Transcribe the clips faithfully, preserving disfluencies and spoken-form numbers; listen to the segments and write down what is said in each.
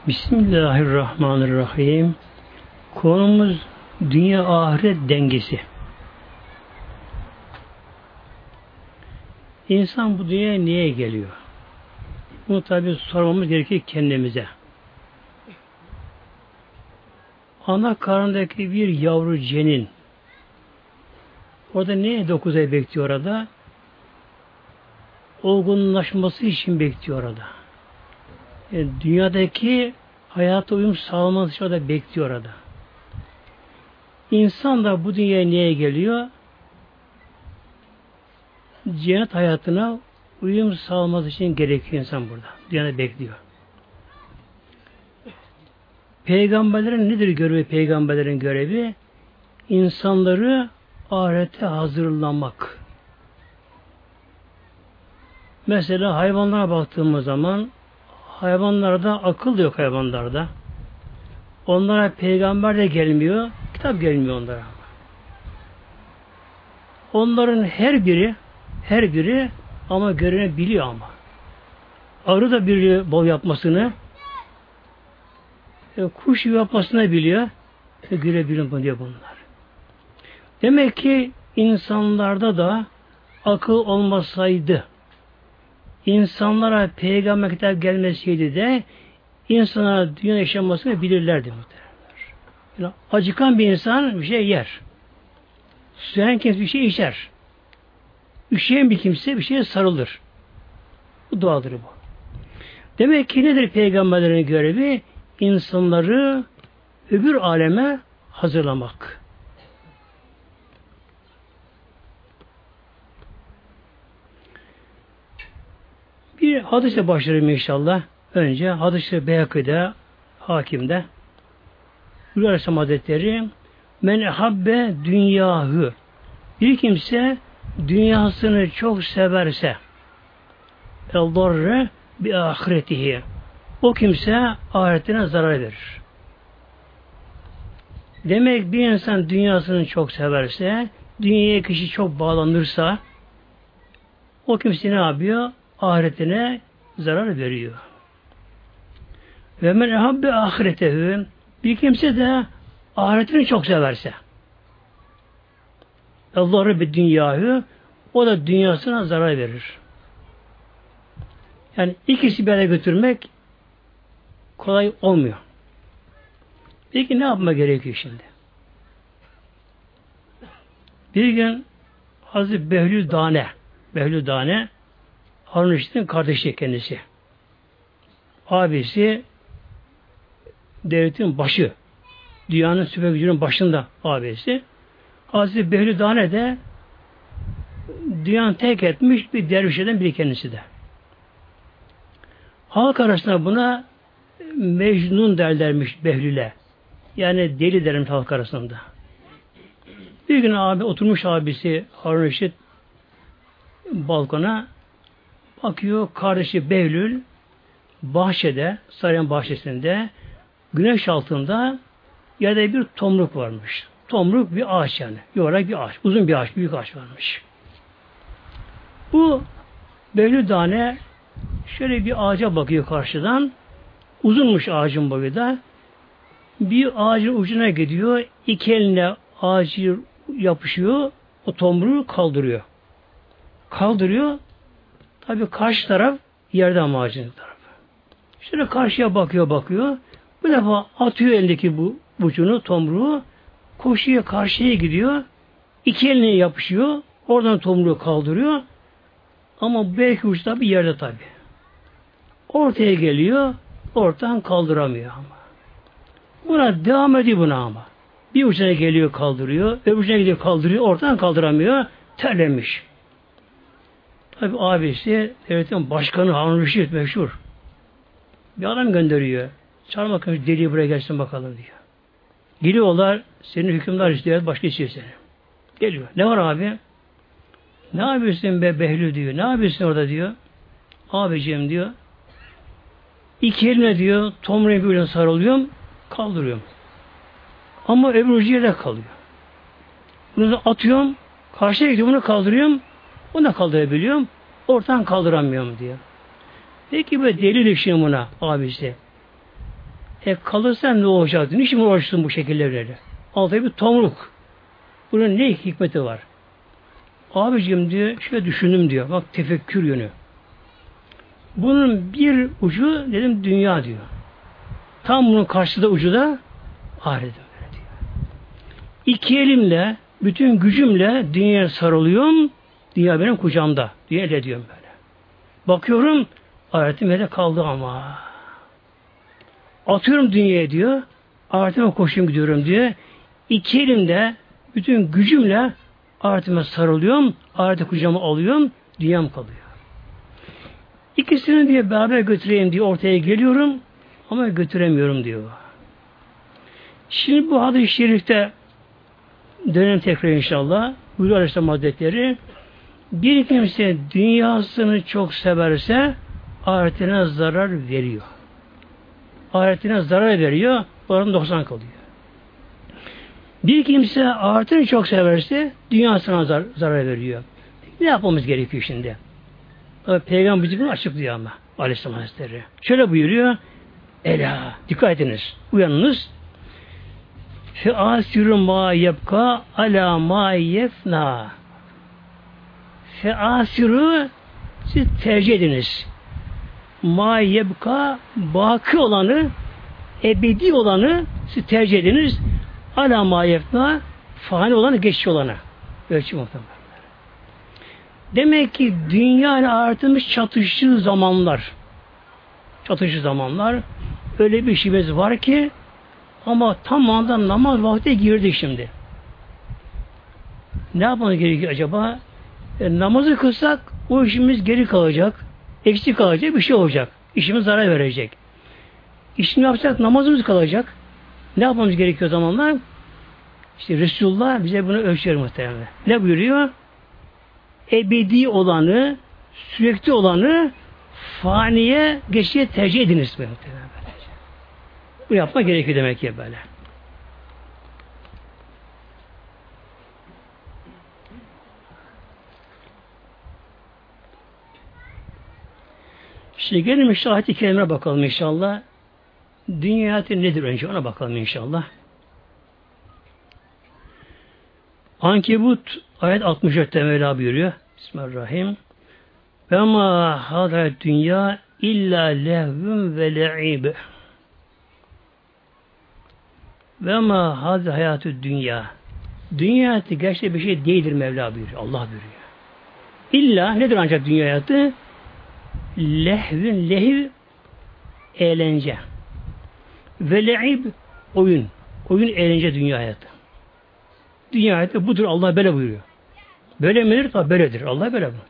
Bismillahirrahmanirrahim. Konumuz dünya ahiret dengesi. İnsan bu dünyaya niye geliyor? Bunu tabi sormamız gerekir kendimize. Ana karnındaki bir yavru cenin orada neye dokuz ay bekliyor orada? Olgunlaşması için bekliyor orada. Yani dünyadaki hayata uyum sağlaması için orada bekliyor orada. İnsan da bu dünyaya niye geliyor? Cennet hayatına uyum sağlaması için gerekiyor insan burada. Dünyada bekliyor. Peygamberlerin nedir görevi? Peygamberlerin görevi insanları ahirete hazırlamak. Mesela hayvanlara baktığımız zaman hayvanlarda akıl yok hayvanlarda. Onlara peygamber de gelmiyor, kitap gelmiyor onlara. Onların her biri her biri ama görevini biliyor ama. Arı da bir bal yapmasını, e, kuş yapmasını biliyor. E, görebiliyor diyor bunlar. Demek ki insanlarda da akıl olmasaydı, insanlara peygamber kitap gelmeseydi de insanlara dünya yaşamasını bilirlerdi muhtemelen. Yani acıkan bir insan bir şey yer. Susayan kimse bir şey içer. Üşüyen bir kimse bir şeye sarılır. Bu doğadır bu. Demek ki nedir peygamberlerin görevi? İnsanları öbür aleme hazırlamak. Bir hadisle başlarım inşallah. Önce hadis-i Beyhakî'de, Hakim'de Hülya Aleyhisselam Hazretleri men habbe dünyahü bir kimse dünyasını çok severse el-darre bi ahiretihi o kimse ahiretine zarar verir. Demek bir insan dünyasını çok severse, dünyaya kişi çok bağlanırsa o kimse ne yapıyor? Ahiretine zarar veriyor. Ve men habbe ahiretehu bir kimse de ahiretini çok severse Allah'ı bir dünyayı o da dünyasına zarar verir. Yani ikisi bir araya götürmek kolay olmuyor. Peki ne yapma gerekiyor şimdi? Bir gün Hazreti Behlül Dane Behlül Dane Harun Reşit'in kardeşi kendisi. Abisi devletin başı. Dünyanın süper gücünün başında abisi. Hazreti Behlül Dane de dünyanı terk etmiş bir dervişlerden biri kendisi de. Halk arasında buna Mecnun derlermiş Behlül'e. Yani deli dermiş halk arasında. Bir gün abi oturmuş abisi Harun Reşit balkona bakıyor kardeşi Behlül bahçede, sarayın bahçesinde güneş altında yerde bir tomruk varmış. Tomruk bir ağaç yani. Yuvarlak bir ağaç. Uzun bir ağaç. Büyük ağaç varmış. Bu Behlül Dane şöyle bir ağaca bakıyor karşıdan. Uzunmuş ağacın boyu da. Bir ağacın ucuna gidiyor. İki eline ağacı yapışıyor. O tomruğu kaldırıyor. Kaldırıyor. Tabii karşı taraf yerde ama ağacın tarafı. Şöyle karşıya bakıyor bakıyor. Bu defa atıyor elindeki bu ucunu, tomruğu. Koşuyor karşıya gidiyor. İki eline yapışıyor. Oradan tomruğu kaldırıyor. Ama belki ucu tabi yerde tabi. Ortaya geliyor. Ortadan kaldıramıyor ama. Buna devam ediyor buna ama. Bir ucuna geliyor kaldırıyor. Öbür ucuna gidiyor kaldırıyor. Ortadan kaldıramıyor. Terlemiş. Tabi abisi devletin başkanı Harun Reşit meşhur. Bir adam gönderiyor. Çağır bakalım deliği buraya gelsin bakalım diyor. Geliyorlar. Senin hükümdar istiyor. Başka istiyor seni. Geliyor. Ne var abi? Ne yapıyorsun be Behlül diyor. Ne yapıyorsun orada diyor. Abiciğim diyor. İki eline diyor. Tomraya böyle sarılıyorum. Kaldırıyorum. Ama öbür ucu yerde kalıyor. Bunu da atıyorum. Karşıya gidiyor. Bunu kaldırıyorum. Onu da kaldırabiliyorum. Ortadan kaldıramıyorum diyor. Peki böyle delil şimdi buna abisi. E kalırsan ne olacak? Niçin uğraşıyorsun bu şekillerle? Altı bir tomruk. Bunun ne hikmeti var? Abicim diyor, şöyle düşündüm diyor. Bak tefekkür yönü. Bunun bir ucu dedim dünya diyor. Tam bunun karşısında ucu da ahiret diyor. İki elimle, bütün gücümle dünyaya sarılıyorum. Dünya benim kucağımda. Diye öyle diyorum böyle. Bakıyorum ahiretim yerde kaldı ama. Atıyorum dünyaya diyor. Ahiretime koşuyorum gidiyorum diyor. İki elimde bütün gücümle ahiretime sarılıyorum. Ahireti kucağıma alıyorum. Dünyam kalıyor. İkisini diye beraber götüreyim diye ortaya geliyorum. Ama götüremiyorum diyor. Şimdi bu hadis-i şerifte dönem tekrar inşallah. Buyuruyor Aleyhisselam Hazretleri. Bir kimse dünyasını çok severse ahiretine zarar veriyor. Ahiretine zarar veriyor. Oranın doksan kalıyor. Bir kimse ahiretini çok severse dünyasına zar zarar veriyor. Ne yapmamız gerekiyor şimdi? Peygamber bizi bunu açıklıyor ama Aleyhisselam Hazretleri. Şöyle buyuruyor. Ela, dikkat ediniz. Uyanınız. Fe'asiru ma yebka ala ma yefna. Fe'asiru siz tercih ediniz. Ma yebka baki olanı, ebedi olanı siz tercih ediniz. Ala ma yefna fani olanı, geçici olanı. Ölçü muhtemelen. Demek ki dünya ile ahiretimiz çatıştığı zamanlar. Çatıştığı zamanlar. Öyle bir işimiz var ki ama tam anda namaz vakti girdi şimdi. Ne yapmamız gerekiyor acaba? E, namazı kılsak o işimiz geri kalacak. Eksik kalacak, bir şey olacak. İşimiz zarar verecek. İşini yapacak, namazımız kalacak. Ne yapmamız gerekiyor o zamanlar? İşte Resulullah bize bunu ölçüyor muhtemelen. Ne buyuruyor? Ebedi olanı, sürekli olanı faniye, geçiye tercih ediniz. Muhtemelen. Bu yapma gerekiyor demek ki böyle. Şimdi gelin işte ayet-i kerimeye bakalım inşallah. Dünya hayatı nedir önce ona bakalım inşallah. Ankebut ayet altmış dörtte Mevla buyuruyor. Bismillahirrahmanirrahim. Ve ma hadâ dünya illa lehvün ve le'ib. Ve ma hadâ hayatü dünya. Dünya hayatı gerçekten bir şey değildir Mevla buyuruyor. Allah buyuruyor. İlla nedir ancak dünya hayatı? Lehvün, lehiv eğlence. Ve le'ib oyun. Oyun, eğlence dünya hayatı. Dünya hayatı budur. Allah böyle buyuruyor. Böyle midir? Tabi böyledir. Allah böyle buyuruyor.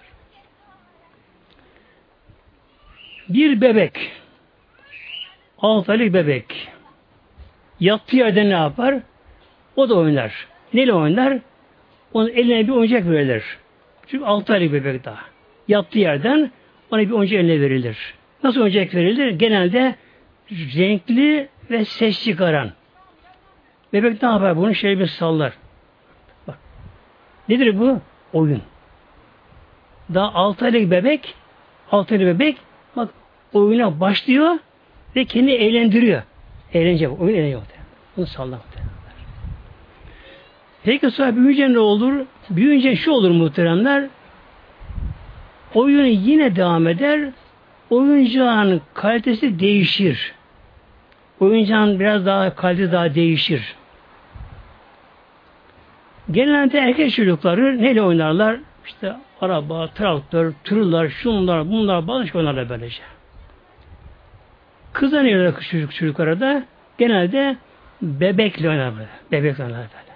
Bir bebek, altı aylık bebek yattığı yerde ne yapar? O da oynar. Neyle oynar? Onun eline bir oyuncak verilir. Çünkü altı aylık bebek daha. Yattığı yerden ona bir oyuncak eline verilir. Nasıl oyuncak verilir? Genelde renkli ve ses çıkaran. Bebek ne yapar? Bunu şöyle bir sallar. Bak. Nedir bu? Oyun. Daha altı aylık bebek altı aylık bebek bak oyuna başlıyor ve kendini eğlendiriyor. Eğlence bu. Oyun eğleniyor. Bunu sallar. Peki sonra büyüyünce ne olur? Büyüyünce şu olur muhteremler. Oyun yine devam eder. Oyuncağın kalitesi değişir. Oyuncağın biraz daha kalitesi daha değişir. Genelde erkek çocukları neyle oynarlar? İşte araba, traktör, tırlar, şunlar, bunlar, bazı şey oynarlar böylece. Kızlar neyle oynarlar çocuk, çocuklara da? Genelde bebekle oynarlar. Bebekle oynarlar böyle.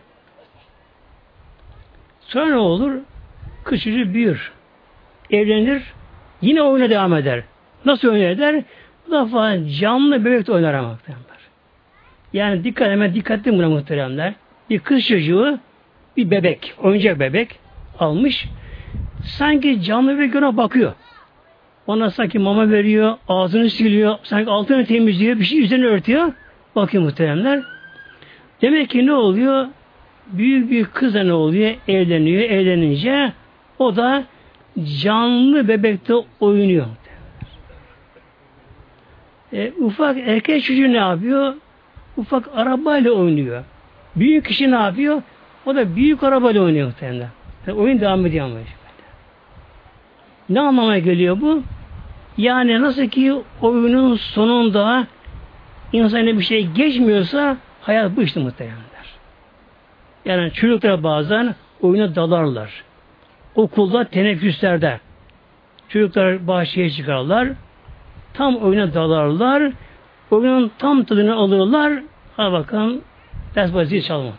Sonra ne olur? Kız çocuğu büyür. Evlenir. Yine oyuna devam eder. Nasıl oyun eder? Bu defa canlı bebekle oynar ama muhteremler. Yani dikkat hemen dikkatli buna muhteremler. Bir kız çocuğu bir bebek, oyuncak bebek almış. Sanki canlı bebek ona bakıyor. Ona sanki mama veriyor, ağzını siliyor, sanki altını temizliyor, bir şey üzerine örtüyor. Bakıyor muhteremler. Demek ki ne oluyor? Büyük bir kızla ne oluyor? Evleniyor. Evlenince o da canlı bebekte oynuyor. E, ufak erkek çocuğu ne yapıyor? Ufak arabayla oynuyor. Büyük kişi ne yapıyor? O da büyük arabayla oynuyor muhtemelen. Yani oyun devam ediyor ama. Ne anlamaya geliyor bu? Yani nasıl ki oyunun sonunda insana bir şey geçmiyorsa hayat bu işte muhtemelenler. Yani çocuklar bazen oyuna dalarlar. Okulda teneffüslerde çocuklar bahçeye çıkarlar. Tam oyuna dalarlar. Oyunun tam tadını alırlar. Ha bakın ders vaziyeti çalmadı.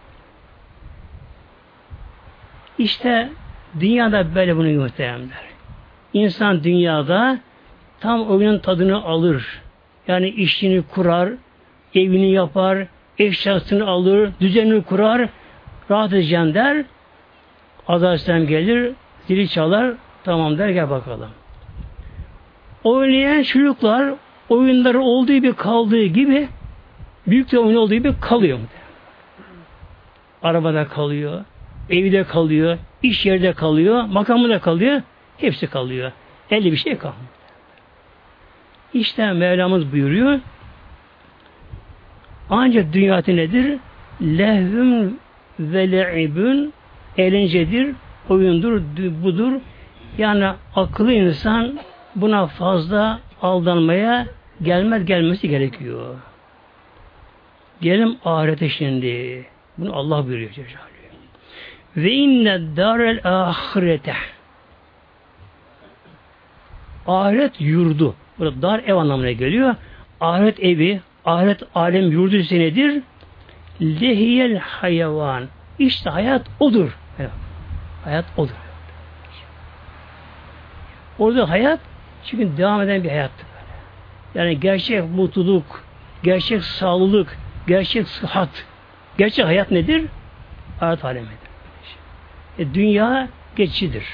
İşte dünyada böyle bunu muhteremler. İnsan dünyada tam oyunun tadını alır. Yani işini kurar, evini yapar, eşyasını alır, düzenini kurar, rahat edeceğim der. Azrail gelir, zili çalar, tamam der, gel bakalım. Oynayan çocuklar oyunları olduğu gibi kaldığı gibi büyük de oyun olduğu gibi kalıyor. Arabada kalıyor, evde kalıyor, iş yerde kalıyor, makamında kalıyor, hepsi kalıyor. Elde bir şey kalmıyor. İşte Mevlamız buyuruyor. Ancak dünyası nedir? Lehvün ve le'ibün, eğlencedir, oyundur, budur. Yani akıllı insan buna fazla aldanmaya gelmez gelmesi gerekiyor. Gelelim ahirete şimdi. Bunu Allah buyuruyor. Ve inne darel ahirete. Ahiret yurdu. Burada dar ev anlamına geliyor. Ahiret evi, ahiret alem yurdu ise nedir? Lehiyel hayvan. İşte hayat odur. Hayat odur. Orada hayat çünkü devam eden bir hayattır. Yani gerçek mutluluk, gerçek sağlılık, gerçek sıhhat, gerçek hayat nedir? Ahiret alemidir. E, dünya geçicidir.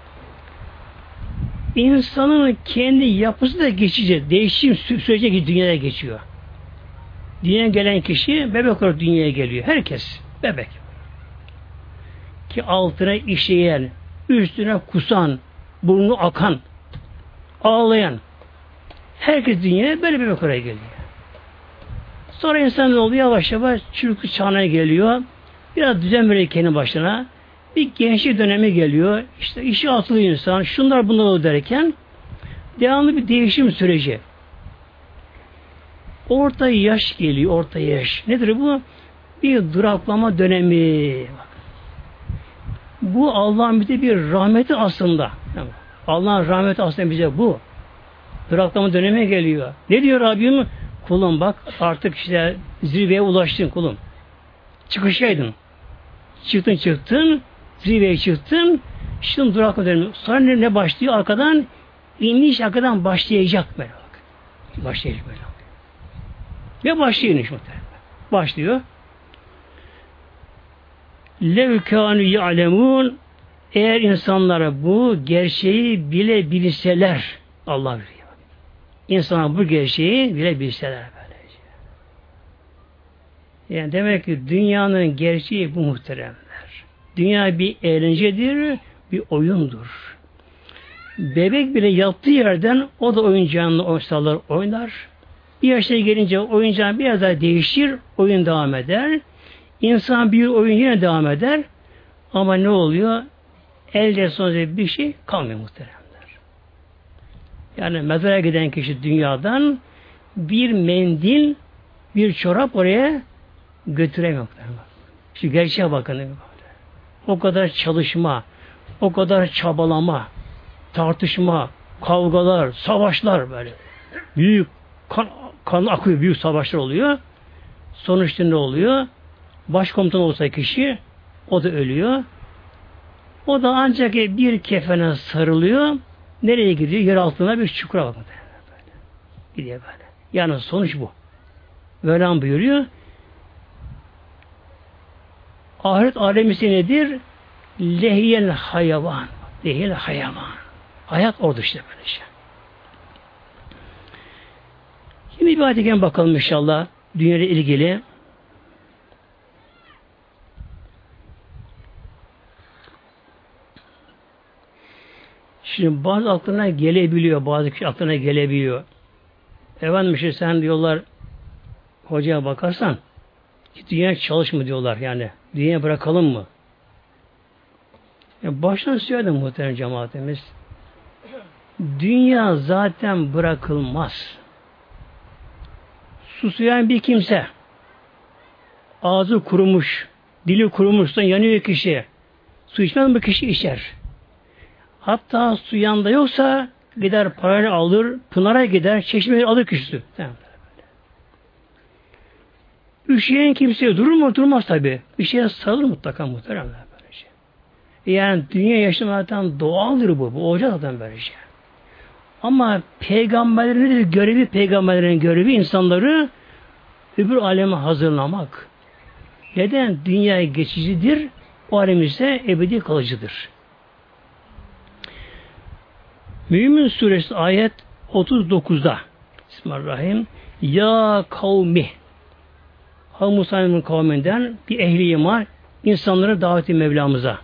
İnsanın kendi yapısı da geçici. Değişim sürece dünyaya geçiyor. Dünyaya gelen kişi bebek olarak dünyaya geliyor. Herkes bebek. Ki altına işeyen, üstüne kusan, burnu akan, ağlayan, herkes dünyaya böyle bebek olarak geliyor. Sonra insan ne oluyor? Yavaş yavaş çürükü çağına geliyor. Biraz düzen veriyor kendi başına. Bir gençlik dönemi geliyor. İşte işi atılıyor insan. Şunlar bunlar olur derken devamlı bir değişim süreci. Orta yaş geliyor. Orta yaş. Nedir bu? Bir duraklama dönemi. Bu Allah'ın bize bir rahmeti aslında. Allah'ın rahmeti aslında bize bu. Duraklama dönemi geliyor. Ne diyor Rabbim? Kulum bak artık işte zirveye ulaştın kulum. Çıkışaydın. Çıktın çıktın. Zirveye çıktın. Şimdi duraklama dönemi. Sonra ne, ne başlıyor? Arkadan iniş arkadan başlayacak böyle bak. Başlayacak böyle. Ve başlıyor iniş muhtemelen. Başlıyor. Lev kânü ya'lemûn, eğer insanlara bu gerçeği bile bilseler, Allah biliyor. İnsanlar bu gerçeği bile bilseler böylece. Yani demek ki dünyanın gerçeği bu muhteremler. Dünya bir eğlencedir, bir oyundur. Bebek bile yattığı yerden o da oyuncağını oysalar oynar. Bir yaşta gelince oyuncağı biraz daha değişir, oyun devam eder. İnsan bir oyun yine devam eder. Ama ne oluyor? Elde sonunda bir şey kalmıyor muhteremler. Yani mezara giden kişi dünyadan bir mendil, bir çorap oraya götüremiyor. Şu gerçeğe bakın. O kadar çalışma, o kadar çabalama, tartışma, kavgalar, savaşlar böyle. Büyük kan, kan akıyor, büyük savaşlar oluyor. Sonuçta ne oluyor? Başkomutan olsa kişi, o da ölüyor. O da ancak bir kefene sarılıyor. Nereye gidiyor? Yer altına bir çukura bakın. Böyle. Gidiyor böyle. Yani sonuç bu. Mevlam buyuruyor. Ahiret alemisi nedir? Lehiyel hayvan. Lehiyel hayvan. Hayat orada işte böyle şey. Şimdi bir ayet-i bakalım inşallah. Dünyayla ilgili. Şimdi bazı aklına gelebiliyor, bazı kişi aklına gelebiliyor. Efendim işte sen diyorlar hocaya bakarsan dünya çalışma diyorlar yani. Dünya bırakalım mı? Ya baştan söyledim muhterem cemaatimiz. Dünya zaten bırakılmaz. Susayan bir kimse ağzı kurumuş, dili kurumuşsa yanıyor kişi. Su içmez mi kişi içer. Hatta su yanında yoksa gider parayla alır, pınara gider, çeşmeye alır kişi su. Tamam. Üşüyen kimseye durur mu? Durmaz tabi. Bir şeye sarılır mutlaka muhteremler böylece. Yani dünya yaşamaktan doğaldır bu. Bu olacak zaten böylece. Ama peygamberlerin nedir? Görevi, peygamberlerin görevi insanları öbür aleme hazırlamak. Neden? Dünya geçicidir. O alem ise ebedi kalıcıdır. Mümin suresi ayet otuz dokuzda Bismillahirrahmanirrahim. Ya kavmi Hazreti Musa'nın kavminden bir ehli iman insanları daveti Mevlamıza.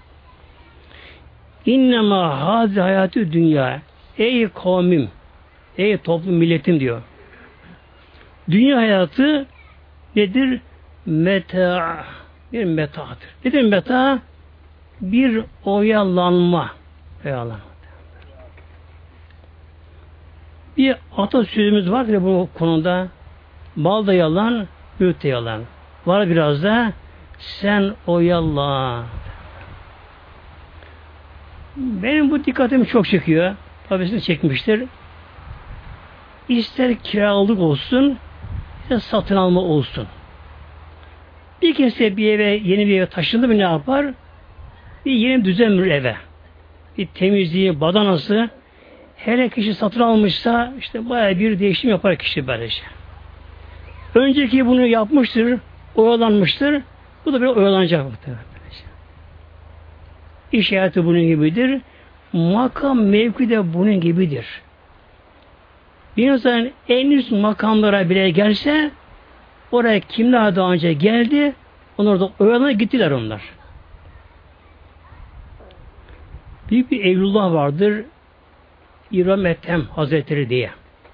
İnnemâ hâzi hayatü dünya. Ey kavmim, ey toplum milletim diyor. Dünya hayatı nedir? Meta. Bir metadır. Nedir meta? Bir oyalanma. Oyalanma. Bir atasözümüz vardır bu konuda. Bal da yalan, büyük de yalan. Var biraz da sen oyalan. Benim bu dikkatimi çok çekiyor. Tabii sizi çekmiştir. İster kiralık olsun, ister satın alma olsun. Bir kimse bir eve, yeni bir eve taşındı mı ne yapar? Bir yeni düzen verir eve. Bir temizliği, badanası. Hele kişi satın almışsa işte bayağı bir değişim yapar kişi böylece. Önceki bunu yapmıştır, oyalanmıştır. Bu da bir oyalanacak muhtemelen. İş hayatı bunun gibidir. Makam mevki de bunun gibidir. Bir insanın en üst makamlara bile gelse oraya kimler daha önce geldi onlar da oyalanıp gittiler onlar. Büyük bir evlullah vardır İbrahim Ethem Hazretleri diye.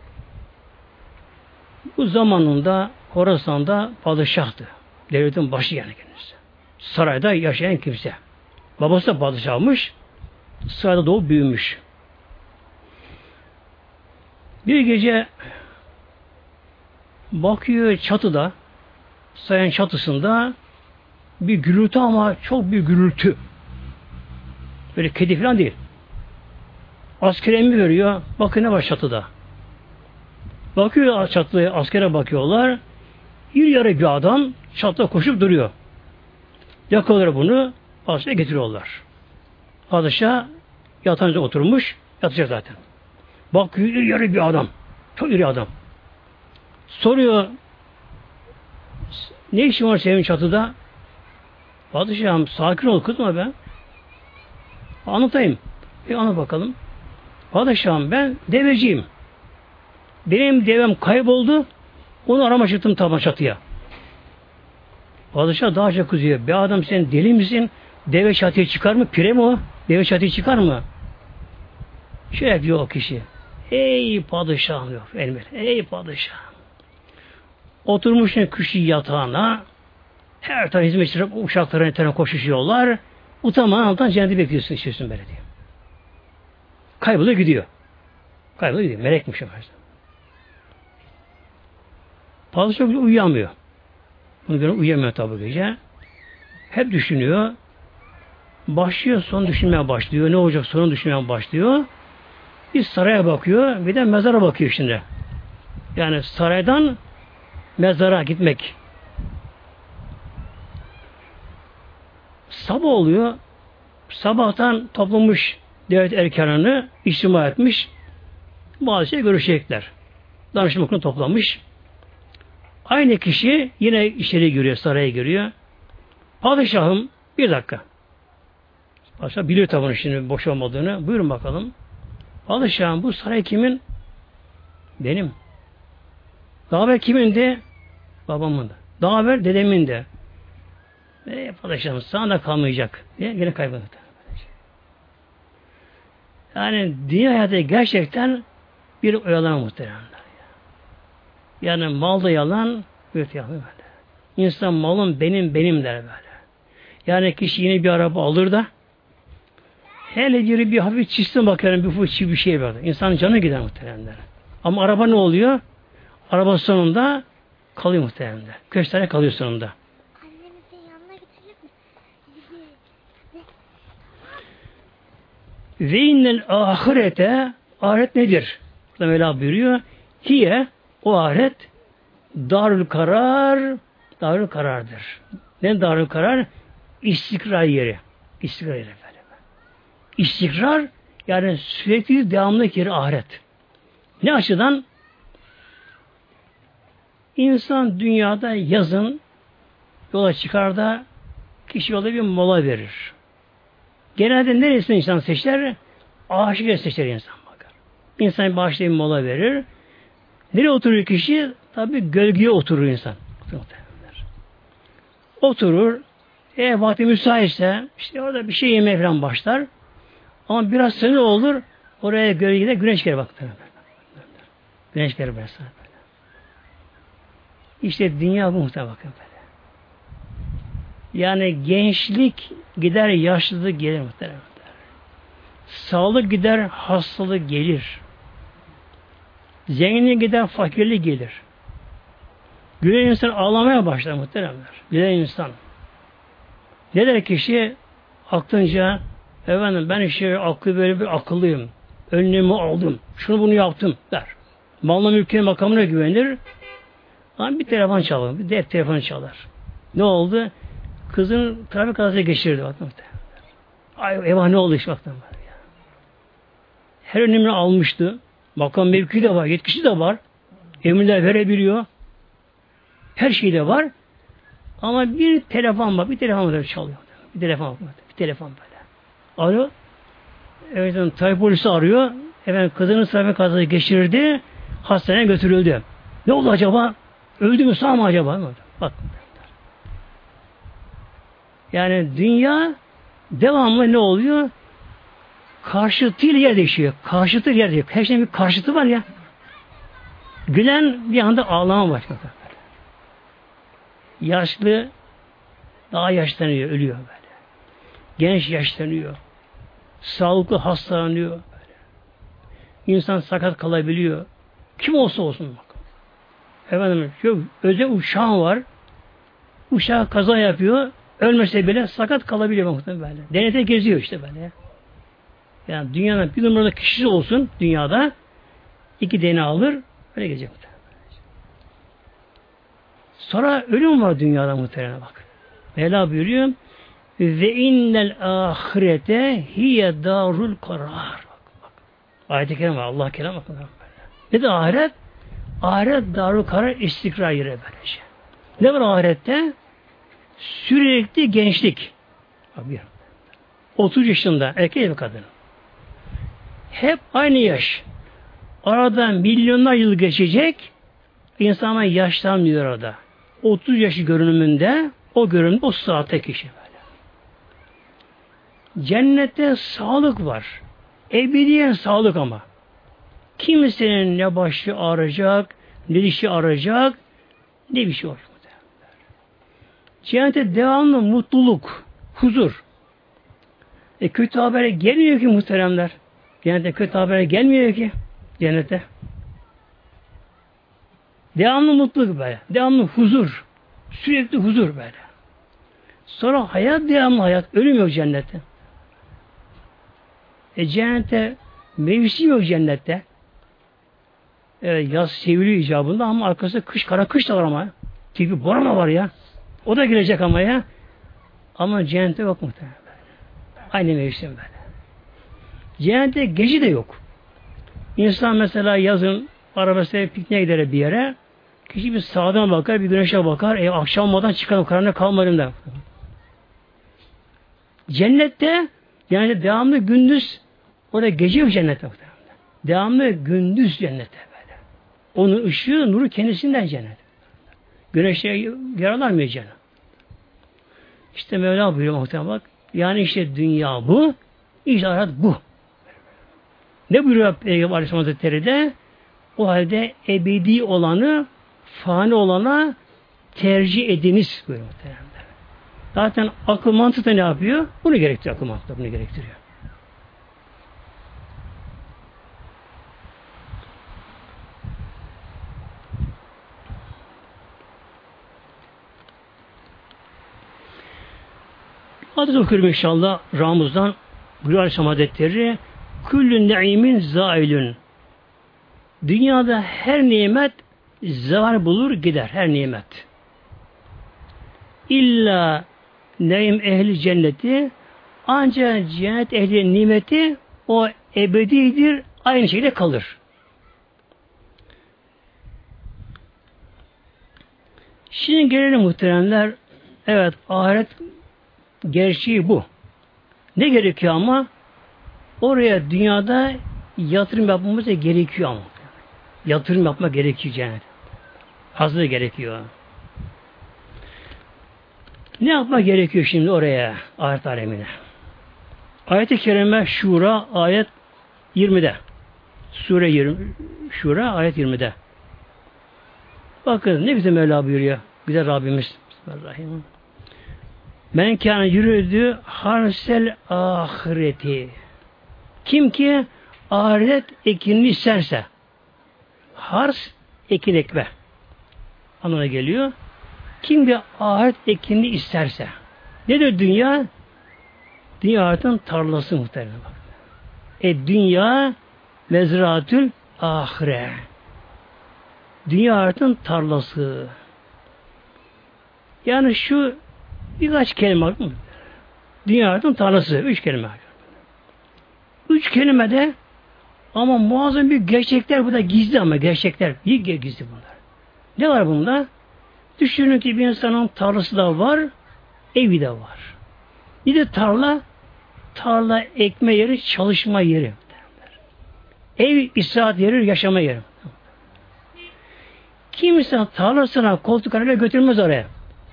Bu zamanında Horasan'da padişahtı. Devletin başı yani kendisi. Sarayda yaşayan kimse. Babası da padişahmış. Sarayda doğup büyümüş. Bir gece bakıyor çatıda, sarayın çatısında bir gürültü ama çok bir gürültü. Böyle kedi falan değil. Asker emri veriyor. Bakın ne var çatıda. Bakıyor çatıya, askere bakıyorlar. Bir yarı bir adam çatıda koşup duruyor. Yakalıyor bunu, padişaha getiriyorlar. Padişah yatağınca oturmuş, yatacak zaten. Bakıyor bir yarı bir adam. Çok iri adam. Soruyor, ne işin var senin çatıda? Padişahım sakin ol kızma be. Anlatayım. Bir anlat bakalım. Padişahım ben deveciyim. Benim devem kayboldu. Onu arama çıktım taban çatıya. Padişah daha çok kızıyor. Be adam sen deli misin? Deve çatıya çıkar mı? Pire mi o? Deve çatıya çıkar mı? Şöyle yapıyor o kişi. Ey padişahım diyor. Elmer. Ey padişahım. Oturmuş kişi yatağına her tarafı hizmetçiler uşakların etrafına koşuşuyorlar. Utanmadan alttan cenneti bekliyorsun istiyorsun böyle diyor. Kayboluyor gidiyor. Kayboluyor gidiyor. Melekmiş o. Padişah uyuyamıyor. Bunu göre uyuyamıyor tabi gece. Hep düşünüyor. Başlıyor, son düşünmeye başlıyor. Ne olacak sonra düşünmeye başlıyor. Bir saraya bakıyor, bir de mezara bakıyor şimdi. Yani saraydan mezara gitmek. Sabah oluyor. Sabahtan toplamış devlet erkanını içtima etmiş. Bazı şey görüşecekler. Danışma kurulu toplamış. Aynı kişi yine içeri giriyor, saraya giriyor. Padişahım bir dakika. Padişah biliyor tabii şimdi boş olmadığını. Buyurun bakalım. Padişahım bu saray kimin? Benim. Daha evvel kimin de? Babamın da. Daha evvel dedemin de. E, padişahım sana da kalmayacak diye yine kayboldu. Yani dünya hayatı gerçekten bir oyalama muhteremler. Yani mal da yalan, mülk yalan böyle. İnsan malım benim benim der böyle. Yani kişi yeni bir araba alır da hele biri bir hafif çizsin bakarım bir fıçı bir şey böyle. İnsanın canı gider muhteremler. Ama araba ne oluyor? Araba sonunda kalıyor muhteremler. Köşklere kalıyor sonunda. Annemizin yanına getirelim mi? Ve innel ahirete ahiret nedir? Burada Mevla buyuruyor. Hiye o ahiret darül karar darül karardır. Ne darül karar? İstikrar yeri. İstikrar yeri efendim. İstikrar yani sürekli devamlı yeri ahiret. Ne açıdan? İnsan dünyada yazın yola çıkar da kişi yolda bir mola verir. Genelde neresini insan seçer? Ağaçlı yer seçer insan bakar. İnsan bağışta bir mola verir. Nereye oturur kişi? Tabi gölgeye oturur insan. Oturur. Eğer vakti müsaitse işte orada bir şey yemeye falan başlar. Ama biraz sene olur. Oraya gölgede güneş gelir baktı. Güneş gelir böyle. İşte dünya bu muhtemelen bakın böyle. Yani gençlik gider, yaşlılık gelir muhtemelen. Sağlık gider, hastalık gelir. Zenginlik gider, fakirlik gelir. Gülen insan ağlamaya başlar muhteremler. Gülen insan. Ne der kişi? Aklınca efendim ben işte aklı böyle bir akıllıyım. Önlemimi aldım. Şunu bunu yaptım der. Malına mülküne makamına güvenir. Ama bir telefon çalar. Bir de telefon çalar. Ne oldu? Kızın trafik kazası geçirdi. Bak, ay eyvah ne oldu işte baktım. Her önlemini almıştı. Makam mevki de var. Yetkisi de var. Emirler verebiliyor. Her şey de var. Ama bir telefon var. Bir telefon var çalıyor. Bir telefon var. Bir telefon böyle. Arıyor. Evet, trafik polisi arıyor. Efendim kızının trafik kazası geçirdi. Hastaneye götürüldü. Ne oldu acaba? Öldü mü sağ mı acaba? Bak. Yani dünya devamlı ne oluyor? Karşıtıyla yer değişiyor. Karşıtı yer değişiyor. Her şeyin bir karşıtı var ya. Gülen bir anda ağlama başlıyor. Yaşlı daha yaşlanıyor, ölüyor böyle. Genç yaşlanıyor. Sağlıklı hastalanıyor. Böyle. İnsan sakat kalabiliyor. Kim olsa olsun bak. Efendim, çok özel uçağın var. Uçağı kaza yapıyor. Ölmese bile sakat kalabiliyor muhtemelen böyle. Denete geziyor işte böyle. Yani dünyanın bir numaralı kişisi olsun dünyada iki D N A alır öyle gelecek muhtemelen. Sonra ölüm var dünyada muhtemelen bak. Mevla buyuruyor ve innel ahirete hiye darul karar. Bak, bak. Ayet-i kerime var. Allah kelam bakın. Ne de ahiret? Ahiret darul karar istikrar yeri böylece. Ne var ahirette? Sürekli gençlik. Abi, otuz yaşında erkek ve kadın. Hep aynı yaş. Aradan milyonlar yıl geçecek. İnsanlar yaşlanmıyor orada. otuz yaşı görünümünde o görünümde o saatte kişi böyle. Cennette sağlık var. Ebediyen sağlık ama. Kimsenin ne başı ağrıyacak, ne dişi ağrıyacak, ne bir şey olacak. Cennette devamlı mutluluk, huzur. E kötü haber gelmiyor ki muhteremler. Cennette kötü haber gelmiyor ki cennete. Devamlı mutluluk böyle. Devamlı huzur. Sürekli huzur böyle. Sonra hayat devamlı hayat. Ölüm yok cennette. E cennette mevsim yok cennette. Evet, yaz seviliyor icabında ama arkasında kış, kara kış da var ama. Tipi borana var ya. O da gelecek ama ya. Ama cennette yok muhtemelen. Aynı mevsim böyle. Cennette gece de yok. İnsan mesela yazın arabasıyla pikniğe gider bir yere. Kişi bir sağdan bakar, bir güneşe bakar. E, akşam olmadan çıkalım, karanlık kalmadım da. Cennette yani devamlı gündüz orada gece yok cennette. Devamlı gündüz cennette böyle. Onun ışığı, nuru kendisinden cennet. Güneşe yaralanmıyor cennet. İşte Mevla buyuruyor muhtemelen bak. Yani işte dünya bu, işte hayat bu. Ne buyuruyor Peygamber Aleyhisselam Hazretleri de? O halde ebedi olanı fani olana tercih ediniz buyuruyor muhteremler. Zaten akıl mantık da ne yapıyor? Bunu gerektiriyor, akıl mantık da bunu gerektiriyor. Hadis okuyorum inşallah Ramuz'dan buyuruyor Aleyhisselam Hazretleri Küllü ne'imin zailün. Dünyada her nimet zavar bulur gider. Her nimet. İlla ne'im ehli cenneti ancak cennet ehli nimeti o ebedidir. Aynı şekilde kalır. Şimdi gelelim muhteremler. Evet ahiret gerçeği bu. Ne gerekiyor ama? Oraya dünyada yatırım yapmamız da gerekiyor ama. Yatırım yapmak gerekiyor cennet. Hazır gerekiyor. Ne yapmak gerekiyor şimdi oraya? Ahiret alemine. Ayet-i Kerime Şura ayet yirmide. Sure yirmi, Şura ayet yirmide. Bakın ne bize Mevla buyuruyor. Güzel Rabbimiz. Bismillahirrahmanirrahim. Men kâne yürüdü harsel ahireti. Kim ki ahiret ekinini isterse, hars ekin ekme anlamına geliyor. Kim ki ahiret ekinini isterse, nedir dünya? Dünya ahiretin tarlası muhtemelen. E dünya mezratül ahire. Dünya ahiretin tarlası. Yani şu birkaç kelime var mı? Dünya ahiretin tarlası. Üç kelime var. Üç kelimede ama muazzam bir gerçekler burada gizli ama gerçekler. Bir gizli bunlar. Ne var bunda? Düşünün ki bir insanın tarlası da var, evi de var. Bir de tarla, tarla ekme yeri, çalışma yeri. Ev, istirahat yeri, yaşama yeri. Kimse tarlasına koltuk kanalıyla götürmez oraya.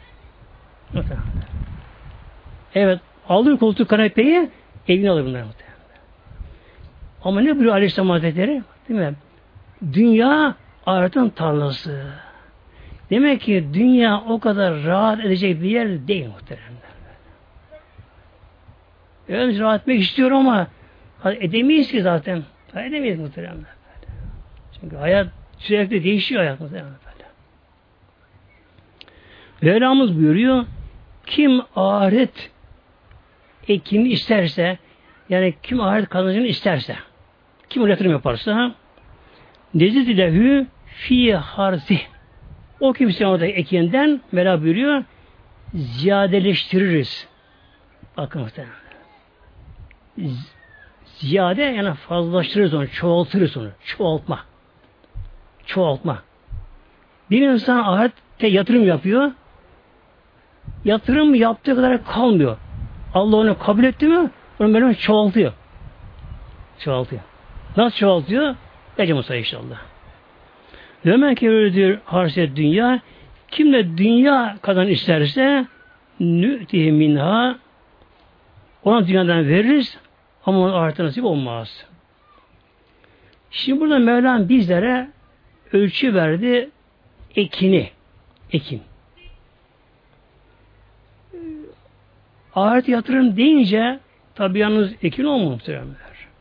Evet, alır koltuk kanepeyi, evine alır bunlar. Ama ne buyuruyor Aleyhisselam Hazretleri? Değil mi? Dünya ahiretin tarlası. Demek ki dünya o kadar rahat edecek bir yer değil muhteremler. Evet rahat etmek istiyorum ama edemeyiz ki zaten. Edemeyiz muhteremler. Çünkü hayat sürekli değişiyor hayat muhteremler. Mevlamız buyuruyor, kim ahiret ekini isterse, yani kim ahiret kazancını isterse, kim yatırım yaparsa, nezid lehü fi harzi. O kimse orada ekinden Mevla buyuruyor, ziyadeleştiririz. Bakın muhtemelen. Ziyade yani fazlalaştırırız onu, çoğaltırız onu. Çoğaltma. Çoğaltma. Bir insan ahirette yatırım yapıyor. Yatırım yaptığı kadar kalmıyor. Allah onu kabul etti mi? Onu böyle çoğaltıyor. Çoğaltıyor. Nasıl çoğaltıyor? Ece Musa inşallah. Ömer ki diyor harset dünya. Kim de dünya kazan isterse nü'tihi minha ona dünyadan veririz ama onun ahirete nasip olmaz. Şimdi burada Mevlam bizlere ölçü verdi ekini. Ekin. Ahiret yatırım deyince tabi yalnız ekin olmuyor muhteremler.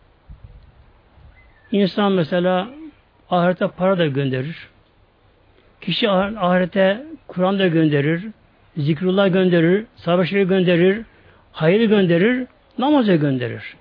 İnsan mesela ahirete para da gönderir. Kişi ahirete Kur'an da gönderir. Zikrullah gönderir. Savaşları gönderir. Hayırı gönderir. Namaza gönderir.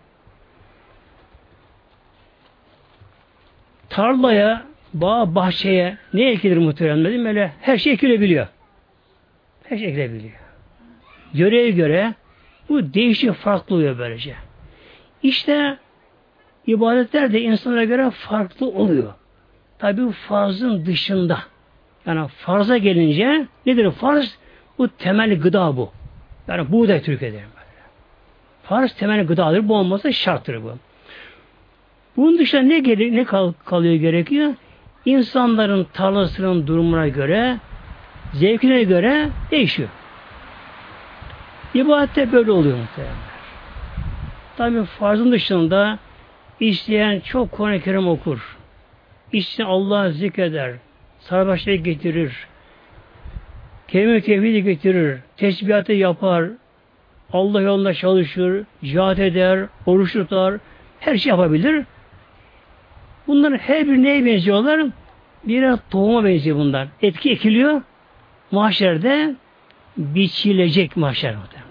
Tarlaya, bağ, bahçeye ne ekilir muhteremler değil mi? Öyle her şey ekilebiliyor. Her şey ekilebiliyor. Yöreye göre bu değişik farklı oluyor böylece. İşte ibadetler de insanlara göre farklı oluyor. Tabi farzın dışında. Yani farza gelince nedir farz? Bu temel gıda bu. Yani buğday Türkiye'de. Farz temel gıdadır. Bu olmasa şarttır bu. Bunun dışında ne, gere- ne kal- kalıyor gerekiyor? İnsanların tarlasının durumuna göre, zevkine göre değişiyor. İbadette böyle oluyor muhtemelen. Tabi farzın dışında isteyen çok Kur'an-ı Kerim okur. İsteyen Allah'ı zikreder. sarbaşayı getirir. Kelime-i tevhidi getirir. Tesbihatı yapar. Allah yolunda çalışır. Cihat eder. Oruç tutar. Her şey yapabilir. Bunların her bir neye benziyorlar? Birer tohuma benziyor bunlar. Etki ekiliyor. Mahşerde biçilecek mahşer muhtemelen.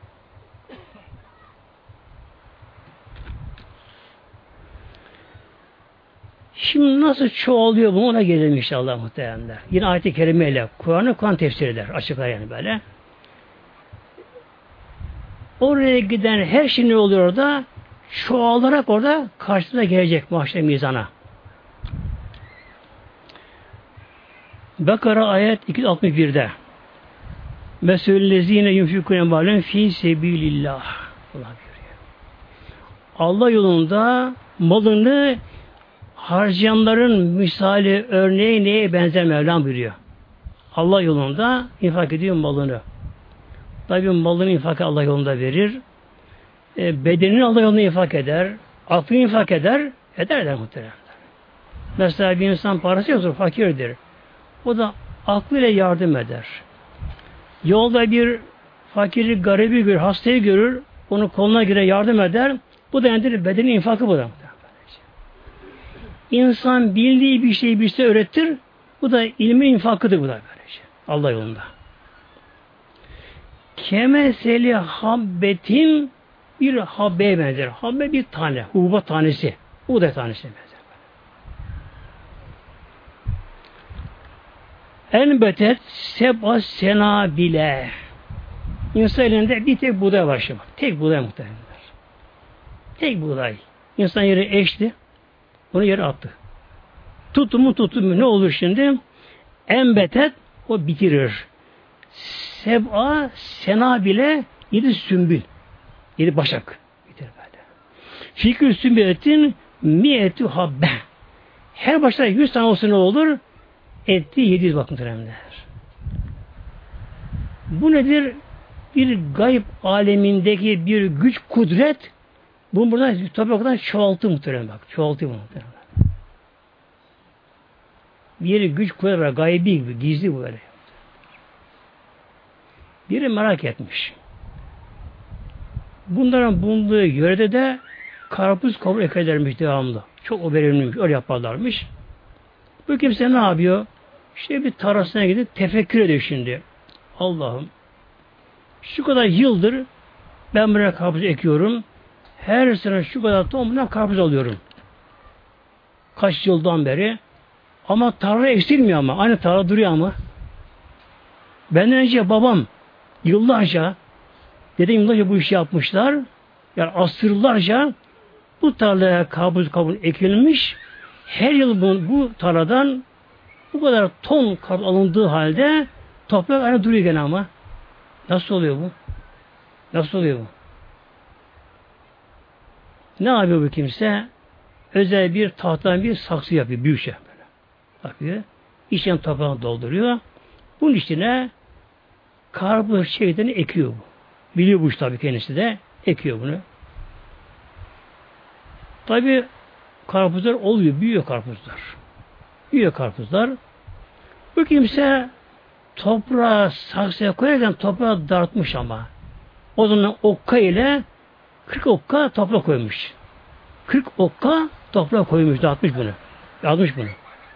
Şimdi nasıl çoğalıyor bu ona gelelim inşallah muhtemelen. Yine ayet-i kerimeyle Kur'an'ı Kur'an tefsir eder. Açıklar yani böyle. Oraya giden her şey ne oluyor orada? Çoğalarak orada karşısına gelecek mahşer mizana. Bakara ayet iki yüz altmış bir'de Mesulüllezine yunfikune malen fi sebilillah. Allah buyuruyor. Allah yolunda malını harcayanların misali örneği neye benzer Mevlam buyuruyor. Allah yolunda infak ediyor malını. Tabi malını infak Allah yolunda verir. E, bedenini Allah yolunda infak eder. Aklını infak eder. Eder eder muhtemelen. Mesela bir insan parası yoktur, fakirdir. O da aklıyla yardım eder. Yolda bir fakiri, garibi görür, hastayı görür, onu koluna girer, yardım eder. Bu da nedir? Bedenin infakı bu da. İnsan bildiği bir şeyi birisi öğretir. Bu da ilmin infakıdır bu da böylece. Allah yolunda. Kemeseli habbetin bir habbeye benzer. Habbe bir tane. Hububat tanesi. Bu da tanesine benzer. Enbetet seba sena bile. İnsan elinde bir tek buğday var şimdi. Tek buğday muhtemelen. Tek buğday. İnsan yeri eşti. Onu yere attı. Tuttu mu tuttu mu ne olur şimdi? Enbetet o bitirir. Seba sena bile yedi sümbül. Yedi başak. Bitirir böyle. Fikir sümbületin miyetü habbe. Her başta yüz tane olsa ne olur? Etti yedi yüz bakın teremler. Bu nedir? Bir gayb alemindeki bir güç, kudret bunu buradan topraktan çoğaltı muhtemelen bak. Çoğaltı muhtemelen. Bir güç kudret var. Gaybi gibi. Gizli bu böyle. Biri merak etmiş. Bunların bulunduğu yörede de karpuz kabul edermiş devamlı. Çok o verimliymiş. Öyle yaparlarmış. Bu kimse ne yapıyor? İşte bir tarlasına gidip tefekkür ediyor şimdi. Allah'ım şu kadar yıldır ben buraya karpuz ekiyorum. Her sene şu kadar tohumdan karpuz alıyorum. Kaç yıldan beri. Ama tarla eksilmiyor ama. Aynı tarla duruyor ama. Benden önce babam yıllarca dedem yıllarca bu işi yapmışlar. Yani asırlarca bu tarlaya karpuz kabul ekilmiş. Her yıl bu, bu tarladan bu kadar ton karpuz alındığı halde toprak aynı duruyor gene ama. Nasıl oluyor bu? Nasıl oluyor bu? Ne yapıyor bu kimse? Özel bir tahtadan bir saksı yapıyor. Büyük şey böyle. Yapıyor. İçine toprağını dolduruyor. Bunun içine karpuz çekirdeğini ekiyor bu. Biliyor bu iş tabii kendisi de. Ekiyor bunu. Tabii karpuzlar oluyor. Büyüyor karpuzlar. Büyüyor karpuzlar. Bu kimse toprağı saksıya koyarken toprağı dartmış ama. O zaman okka ile kırk okka toprak koymuş. kırk okka toprak koymuş. Dağıtmış bunu. Dağıtmış bunu.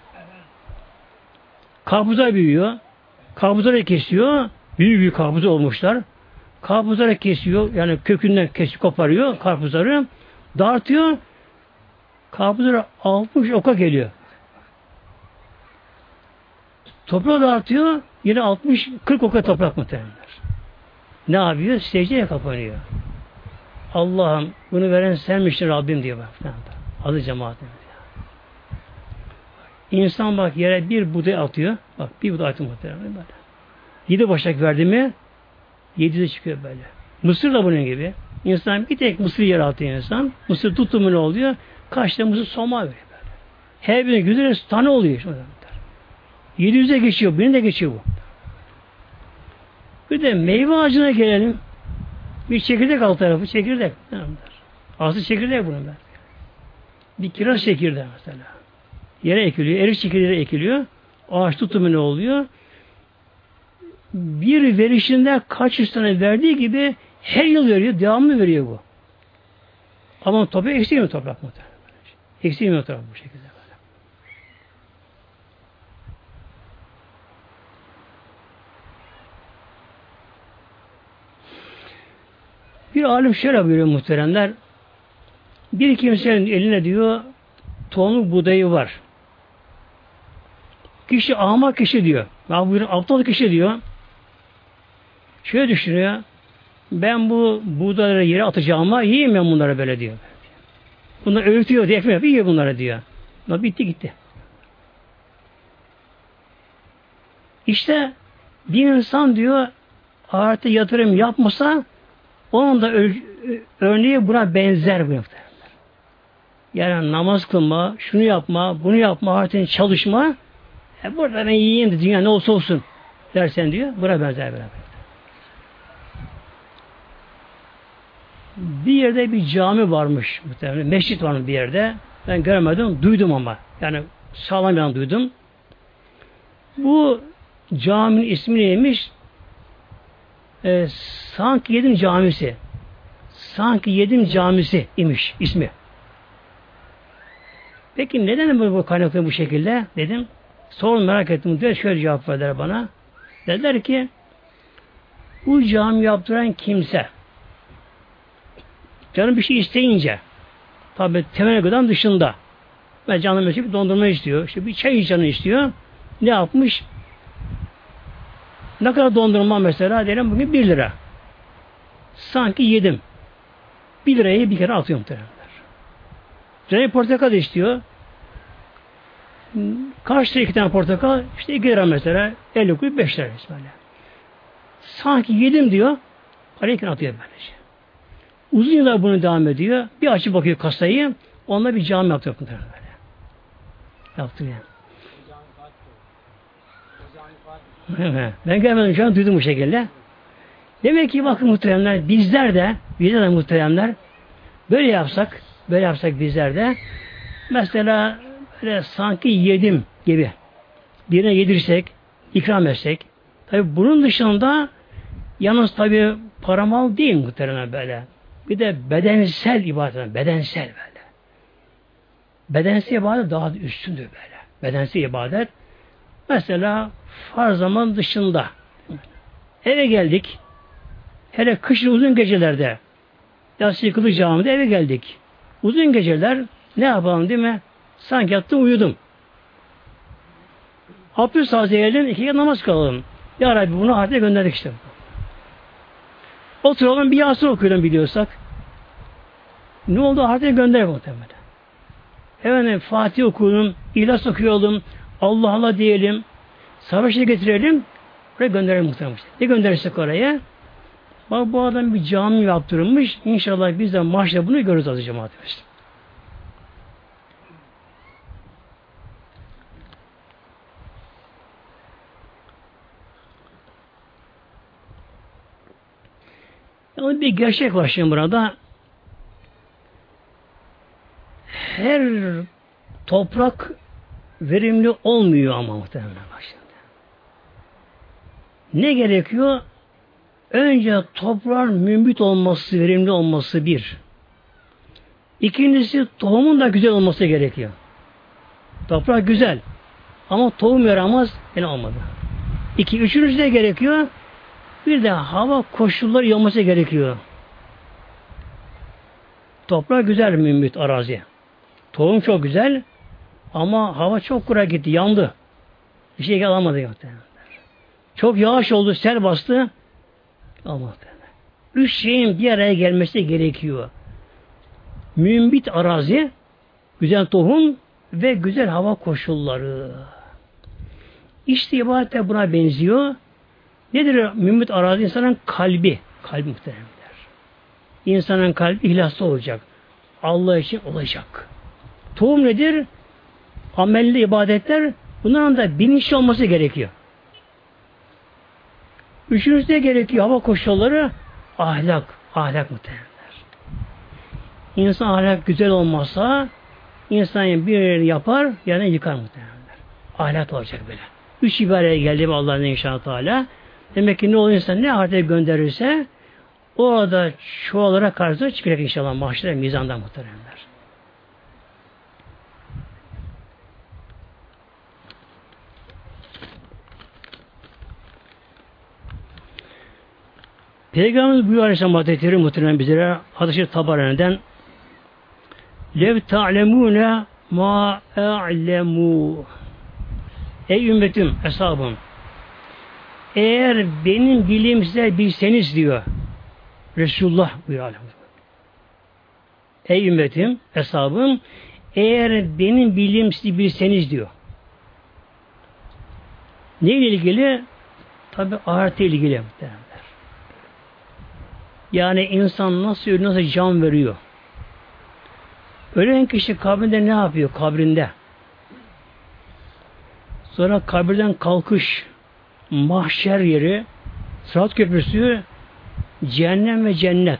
Karpuzlar büyüyor. Karpuzları kesiyor. Büyük büyük karpuz olmuşlar. Karpuzları kesiyor. Yani kökünden kesip koparıyor karpuzları. Dağıtıyor. Karpuzları altmış oka geliyor. Toprağı dağıtıyor. Yine altmış kırk oka toprak muhtemelenler. Ne yapıyor? Secdeye kapanıyor. Allah'ım bunu veren senmişsin Rabbim diyor. Adı cemaatim. İnsan bak yere bir buğday atıyor. Bak bir buğday atıyor muhtemelen böyle. Yedi başak verdi mi yedi de çıkıyor böyle. Mısır da bunun gibi. İnsan bir tek mısır yere atıyor insan. Mısır tuttu mu ne oluyor? Kaç tane mısır soma veriyor böyle. Her birine güzel tane oluyor. yedi yüze geçiyor. Birine de geçiyor bu. Bir de meyve ağacına gelelim. Bir çekirdek alt tarafı çekirdek. Aslı çekirdek bunun ben. Bir kiraz çekirdeği mesela. Yere ekiliyor. Erik çekirdeği ekiliyor. Ağaç tutumu ne oluyor? Bir verişinde kaç yüz tane verdiği gibi her yıl veriyor, devamlı veriyor bu. Ama toprak eksilmiyor toprak muhtemelen. Eksilmiyor toprak bu şekilde. Böyle. Bir alim şöyle buyuruyor muhteremler. Bir kimsenin eline diyor tohumluk buğdayı var. Kişi ahmak kişi diyor. Aptal kişi diyor. Şöyle düşünüyor. Ben bu buğdayları yere atacağıma yiyeyim ben bunları böyle diyor. Bunlar öğütüyor diye ekmek yiyor bunları diyor. Ama bitti gitti. İşte bir insan diyor ahirete yatırım yapmasa onun da örneği buna benzer bu. Yani namaz kılma, şunu yapma, bunu yapma, ahiretin çalışma. E burada ben yiyeyim de dünya ne olsa olsun dersen diyor. Buna benzer beraber. Bir yerde bir cami varmış muhtemelen. Mescit varmış bir yerde. Ben görmedim, duydum ama. Yani sağlam yan duydum. Bu caminin ismi neymiş? Ee, Sanki Yedim Camisi. Sanki Yedim Camisi imiş ismi. Peki neden bu, bu kaynaklı bu şekilde dedim. Sorun merak ettim diye şöyle cevap verdiler bana. Dediler ki bu cami yaptıran kimse canım bir şey isteyince tabi temel gıdan dışında ben canım mesela bir dondurma istiyor. İşte bir çay canı istiyor. Ne yapmış? Ne kadar dondurma mesela diyelim bugün bir lira. Sanki yedim. Bir lirayı bir kere atıyor muhtemelen. Canı portakal istiyor. Kaç lira iki tane portakal? İşte iki lira mesela. elli kuruş beş lira böyle. Sanki yedim diyor. Parayı atıyor böylece. Uzun yıllar bunu devam ediyor. Bir açıp bakıyor kasayı. Onunla bir cami yaptı. Böyle. Yaptı yani. Ben gelmedim şu an duydum bu şekilde. Demek ki bakın muhteremler bizler de bizler de muhteremler böyle yapsak böyle yapsak bizler de mesela böyle sanki yedim gibi birine yedirsek ikram etsek tabi bunun dışında yalnız tabi paramal değil muhteremler böyle. Bir de bedensel ibadet bedensel böyle. Bedensel ibadet daha üstündür böyle. Bedensel ibadet mesela farz zaman dışında eve geldik. Hele kışın uzun gecelerde yatsı yıkılı camide eve geldik. Uzun geceler ne yapalım değil mi? Sanki yattım uyudum. Abdest tazeyelim, iki kere namaz kılalım. Ya Rabbi bunu ahirete gönderdik işte. Oturalım bir Yasin okuyalım biliyorsak. Ne oldu? Ahirete gönderdik muhtemelen. Efendim Fatih okuyalım, İhlas okuyalım, Allah Allah diyelim, savaşı getirelim, oraya gönderelim muhtemelen. Ne gönderirsek oraya? Bak bu adam bir cami yaptırılmış. İnşallah biz de maaşla bunu görürüz azı cemaatimiz. Yani bir gerçek var şimdi burada. Her toprak verimli olmuyor ama muhtemelen başında. Ne gerekiyor? Önce toprağın mümbit olması, verimli olması bir. İkincisi tohumun da güzel olması gerekiyor. Toprak güzel. Ama tohum yaramaz, yine olmadı. İki, üçüncüsü de gerekiyor. Bir de hava koşulları iyi olması gerekiyor. Toprak güzel mümbit arazi. Tohum çok güzel ama hava çok kura gitti, yandı. Bir şey alamadı. Çok yağış oldu, sel bastı. Ama üç şeyin bir araya gelmesi gerekiyor. Mümbit arazi, güzel tohum ve güzel hava koşulları. İşte ibadet de buna benziyor. Nedir mümbit arazi? İnsanın kalbi. Kalbi muhteremler. İnsanın kalbi ihlaslı olacak. Allah için olacak. Tohum nedir? Amelli ibadetler. Bunların da bilinçli olması gerekiyor. Üçüncüsü de gerekiyor hava koşulları ahlak. Ahlak muhtemelenler. İnsan ahlak güzel olmazsa insan bir yapar yani yıkar muhtemelenler. Ahlak olacak böyle. Üç ibareye geldi Allah'ın inşallah Teala. Demek ki ne olur insan ne ahirete gönderirse o da çoğalara karşı çıkacak inşallah mahşere mizandan muhteremler. Peygamberimiz buyuruyor Aleyhisselam Hazretleri muhtemelen bizlere hadis-i Tabarani'den lev ta'lemûne ma a'lemû ey ümmetim, hesabım eğer benim bildiğim size bilseniz diyor Resulullah buyuruyor Aleyhisselam. Ey ümmetim, hesabım eğer benim bildiğim sizi bilseniz diyor. Neyle ilgili? Tabi ahirete ilgili muhtemelen. Yani insan nasıl ölüyor, nasıl can veriyor. Ölen kişi kabrinde ne yapıyor? Kabrinde. Sonra kabirden kalkış, mahşer yeri, Sırat Köprüsü, cehennem ve cennet.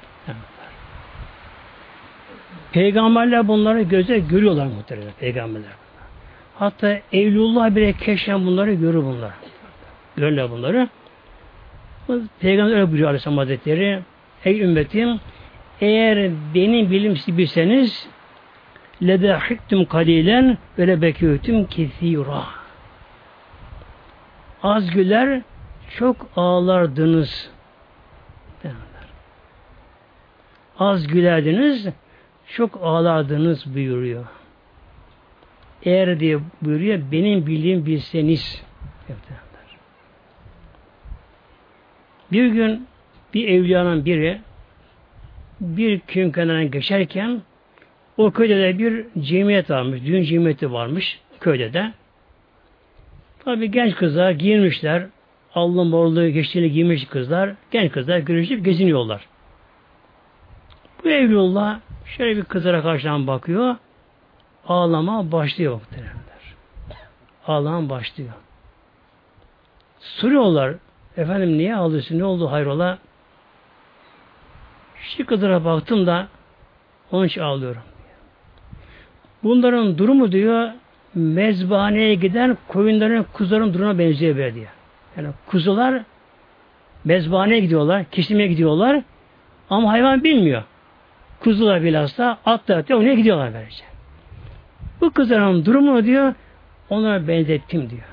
Peygamberler bunları göze görüyorlar muhtemelen. Peygamberler. Hatta Evlullah bile keşfen bunları görür bunlar. Görürler bunları. Peygamber öyle buyuruyor Aleyhisselam Hazretleri. Ey ümmetim, eğer benim bilim sizi bilseniz ledahiktum kalilen ve lebekûtum kethîrâ. Az güler, çok ağlardınız. Az gülerdiniz, çok ağlardınız buyuruyor. Eğer diye buyuruyor, benim bildiğim bilseniz. Bir gün bir evliyanın biri bir köyün kenarından geçerken o köyde de bir cemiyet varmış. Düğün cemiyeti varmış köyde de. Tabii genç kızlar giyinmişler. Allı morlu geçtiğini giymiş kızlar. Genç kızlar görüşüp geziniyorlar. Bu Evliullah şöyle bir kızlara karşıdan bakıyor. Ağlama başlıyor muhtemelenler. Ağlama başlıyor. Soruyorlar. Efendim niye ağlıyorsun? Ne oldu hayrola? Şu kızlara baktım da onun için ağlıyorum. Bunların durumu diyor mezbaneye giden koyunların, kuzuların durumuna benziyor böyle diyor. Yani kuzular mezbaneye gidiyorlar, kesimeye gidiyorlar ama hayvan bilmiyor. Kuzular bilhassa atlar diyor, oraya gidiyorlar böylece. Bu kızların durumunu diyor onlara benzettim diyor.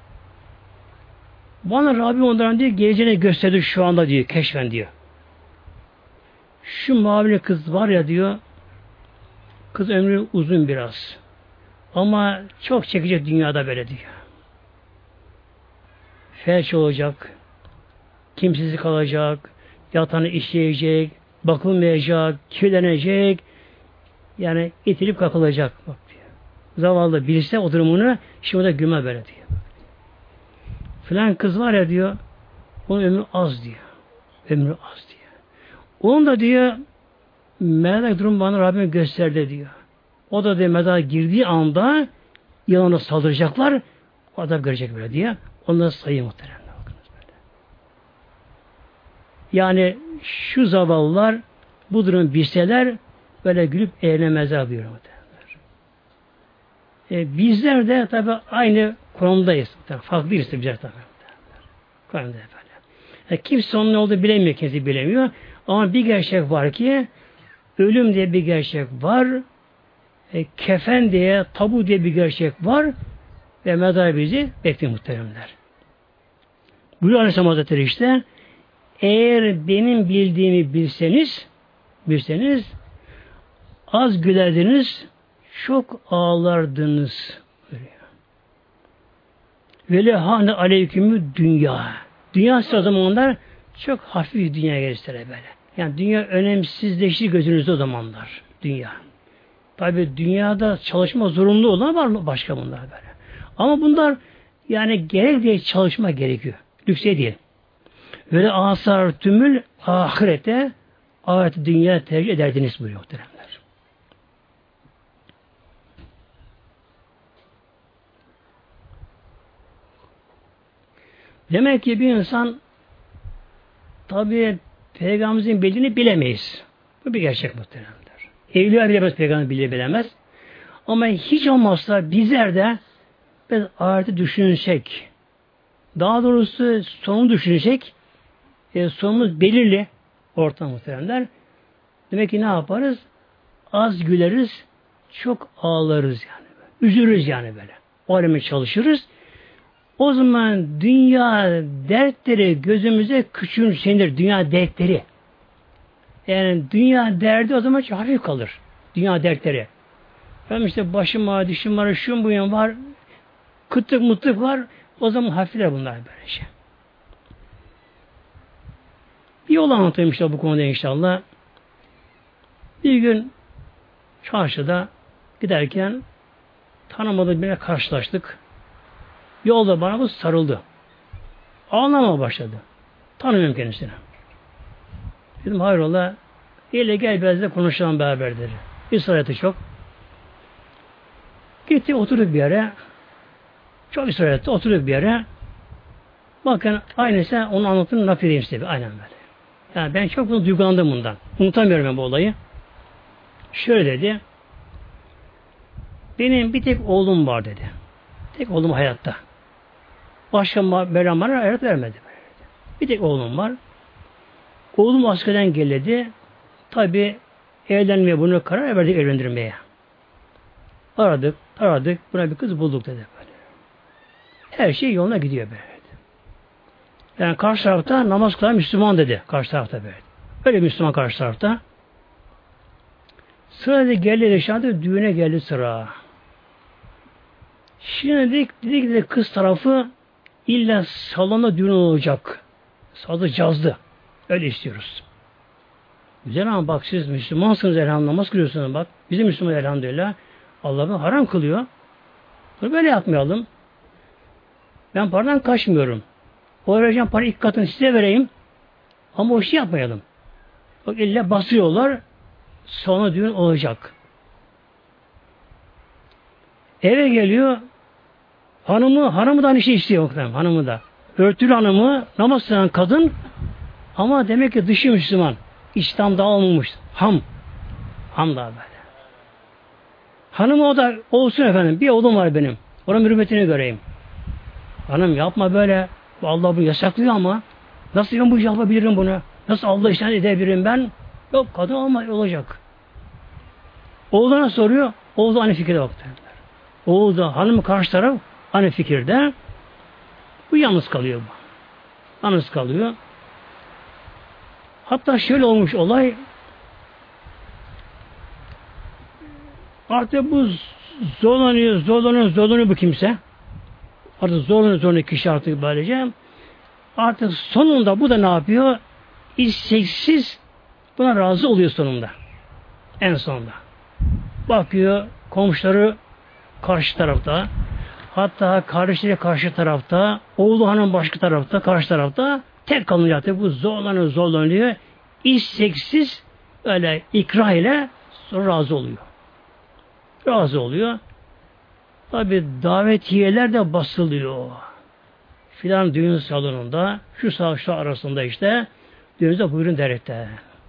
Bana Rabbim onların diyor geleceğini gösterdi şu anda diyor, keşfen diyor. Şu mavi kız var ya diyor, kız ömrü uzun biraz. Ama çok çekecek dünyada böyle diyor. Felç olacak, kimsesiz kalacak, yatanı işleyecek, bakılmayacak, kirlenecek, yani itilip kakılacak. Bak diyor. Zavallı bilse o durumunu şimdi de güme böyle diyor. Filan kız var ya diyor, onun ömrü az diyor. Ömrü az diyor. Onun da diyor, merak durum bana Rabbim gösterdi diyor. O da diyor, mezara girdiği anda yılana saldıracaklar, o adam görecek böyle diye. Onları sayıyor muhtemelen. Yani şu zavallılar bu durumu bilseler böyle gülüp eğlenemezler diyor muhtemelen. E, bizler de tabi aynı konumdayız. Farklı değiliz bizler tabi. Konumda efendim. E, kimse onun ne olduğunu bilemiyor, kendisi bilemiyor. Ama bir gerçek var ki ölüm diye bir gerçek var. E, kefen diye, tabu diye bir gerçek var. Ve mezar bizi bekliyor muhteremler. Buyuruyor Aleyhisselam Hazretleri işte eğer benim bildiğimi bilseniz bilseniz az gülerdiniz, çok ağlardınız. Ve lehâne aleykümü dünya. Dünya size o zamanlar çok hafif bir dünya gelirse böyle. Yani dünya önemsizleşti gözünüzde o zamanlar. Dünya. Tabi dünyada çalışma zorunlu olan var başka bunlar böyle. Ama bunlar yani gerek diye çalışma gerekiyor. Lükse değil. Böyle asar tümül ahirete ahiret dünya tercih ederdiniz buyuruyor muhteremler. Demek ki bir insan tabi Peygamberimizin bildiğini bilemeyiz. Bu bir gerçek muhteremler. Evliya bilemez, Peygamber bile bilemez. Ama hiç olmazsa bizler de biz ahireti düşünsek, Daha doğrusu sonu düşünecek. E, sonumuz belirli. Orta muhteremler. Demek ki ne yaparız? Az güleriz, çok ağlarız yani. Üzülürüz yani böyle. O aleme çalışırız. O zaman dünya dertleri gözümüze küçümsenir. Dünya dertleri. Yani dünya derdi o zaman çok hafif kalır. Dünya dertleri. Hem işte başım var, dişim var, şun buyum var, kıtlık mutlık var. O zaman hafifler bunlar böyle şey. Bir yol anlatayım işte bu konuda inşallah. Bir gün çarşıda giderken tanımadığım birine karşılaştık. Yolda bana bu sarıldı. Ağlamaya başladı. Tanımıyorum kendisini. Dedim hayrola, ile gel biraz da konuşalım beraber dedi. İsrareti çok. Gitti oturduk bir yere. Çok ısrar etti. Oturduk bir yere. Bakın aynısı onu anlatın nakledeyim size. Aynen böyle. Yani ben çok bunu duygulandım bundan. Unutamıyorum ben bu olayı. Şöyle dedi. Benim bir tek oğlum var dedi. Tek oğlum hayatta. Başka Mevlam bana hayat vermedi. Bir tek oğlum var. Oğlum askerden geldi. Tabi evlenmeye bunu karar verdik evlendirmeye. Aradık, aradık. Buna bir kız bulduk dedi böyle. Her şey yoluna gidiyor böyle. Yani karşı tarafta namaz kılan Müslüman dedi. Karşı tarafta böyle. Öyle Müslüman karşı tarafta. Sıra geldi yaşandı, düğüne geldi sıra. Şimdi dedik, dedik de kız tarafı illa salonda düğün olacak. Sazı cazdı. Öyle istiyoruz. Güzel ama bak siz Müslümansınız elhamdülillah, namaz kılıyorsunuz bak. Bizim Müslüman elhamdülillah. Allah'ın haram kılıyor. Bunu böyle yapmayalım. Ben paradan kaçmıyorum. O vereceğim para ilk katını size vereyim. Ama o işi yapmayalım. Bak elle basıyorlar. Sonra düğün olacak. Eve geliyor. Hanımı, hanımı da aynı şey istiyor. Hanımı da. Örtülü hanımı, namaz kılan kadın ama demek ki dışı Müslüman. İslam'da olmamış. Ham. Ham da böyle. Hanım o da olsun efendim. Bir oğlum var benim. Onun hürmetini göreyim. Hanım yapma böyle. Allah bu yasaklıyor ama nasıl ben bu yapabilirim bunu? Nasıl Allah işten edebilirim ben? Yok kadın olma, olacak. Oğluna soruyor. Oğul da aynı fikirde baktı. Oğul da hanım karşı taraf aynı fikirde. Bu yalnız kalıyor bu. Yalnız kalıyor. Hatta şöyle olmuş olay. Artık bu zorlanıyor, zorlanıyor, zorlanıyor bu kimse. Artık zorlanıyor, zorlanıyor kişi artık böylece. Artık sonunda bu da ne yapıyor? İsteksiz buna razı oluyor sonunda. En sonunda. Bakıyor komşuları karşı tarafta. Hatta kardeşleri karşı tarafta. Oğlu hanım başka tarafta, karşı tarafta. Tek kalınca artık bu zorlanıyor, zorlanıyor. İsteksiz öyle ikrah ile sonra razı oluyor. Razı oluyor. Tabi davetiyeler de basılıyor. Filan düğün salonunda şu savaşta arasında işte düğünüze buyurun derette.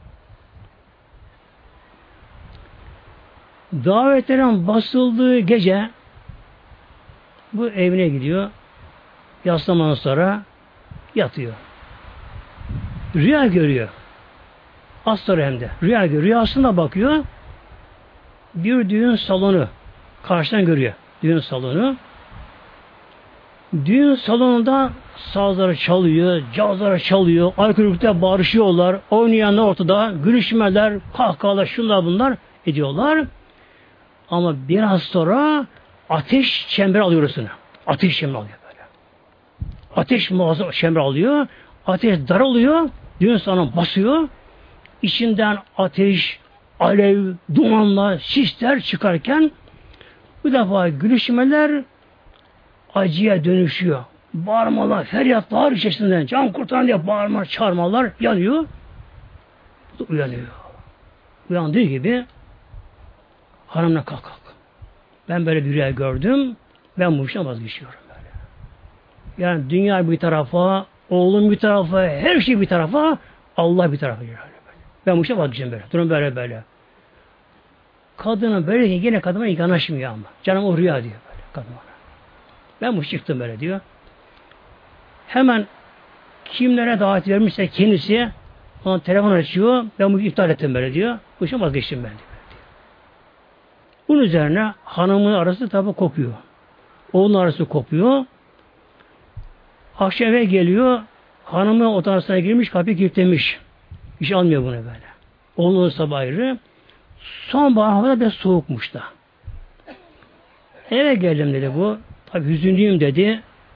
Davetlerin basıldığı gece bu evine gidiyor. Yaslamadan sonra yatıyor. Rüya görüyor. Az sonra hem de. Rüya görüyor. Rüyasına bakıyor. Bir düğün salonu karşıdan görüyor. Düğün salonu. Düğün salonunda sazları çalıyor, cazları çalıyor, alkolükte bağırışıyorlar, oynayanlar ortada, gülüşmeler, kahkahalar, şunlar bunlar ediyorlar. Ama biraz sonra ateş çember alıyor orasını. Ateş çember alıyor böyle. Ateş muazzam çember alıyor. Ateş daralıyor. Düğün salonu basıyor. İçinden ateş, alev, dumanlar, sisler çıkarken bu defa gülüşmeler acıya dönüşüyor. Bağırmalar, feryatlar içerisinden can kurtaran diye bağırmalar, çağırmalar yanıyor. Uyanıyor. Uyandığı gibi hanımla kalk kalk. Ben böyle bir rüya gördüm. Ben bu işten vazgeçiyorum böyle. Yani dünya bir tarafa, oğlum bir tarafa, her şey bir tarafa, Allah bir tarafa giriyor. Ben bu işten vazgeçeceğim böyle. Durum böyle böyle. Kadının böyle yine kadına yanaşmıyor ama. Canım o rüya diyor böyle kadın ona. Ben bu çıktım böyle diyor. Hemen kimlere davet vermişse kendisi ona telefon açıyor. Ben bunu iptal ettim böyle diyor. Bu işe vazgeçtim ben diyor. Bunun üzerine hanımın arası tabi kopuyor. Oğlun arası kopuyor. Akşam eve geliyor. Hanımı odasına girmiş, kapıyı kilitlemiş. Hiç almıyor bunu böyle. Oğlunun sabah ayrı. Sonbahar havada biraz soğukmuş da. Eve geldim dedi bu. Tabi hüzünlüyüm dedi.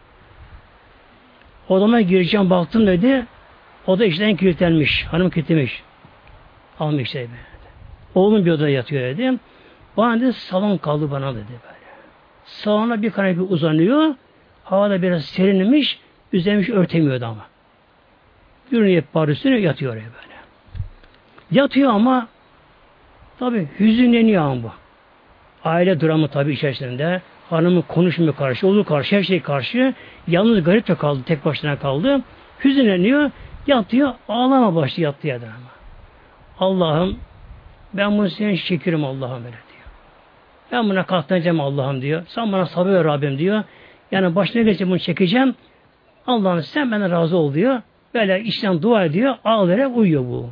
Odama gireceğim baktım dedi. O da işten kilitlenmiş. Hanım kilitlemiş. Almış şey böyle. Oğlum bir odaya yatıyor dedi. Bana dedi salon kaldı bana dedi böyle. Salona bir kanepe uzanıyor. Havada biraz serinlemiş. Üzerine örtemiyordu ama. Yürünüyor par üstüne yatıyor oraya böyle. Yatıyor ama tabi hüzünleniyor ama bu. Aile dramı tabi içerisinde. Hanımı konuşmuyor karşı, oğlu karşı, her şey karşı. Yalnız garip de kaldı, tek başına kaldı. Hüzünleniyor, yatıyor, ağlama başlıyor yattığı yerden ama. Allah'ım ben bunu senin şekerim Allah'ım öyle diyor. Ben buna katlanacağım Allah'ım diyor. Sen bana sabır ver Rabbim diyor. Yani başına geçip bunu çekeceğim. Allah'ım sen bana razı ol diyor. Böyle içten dua ediyor, ağlayarak uyuyor bu.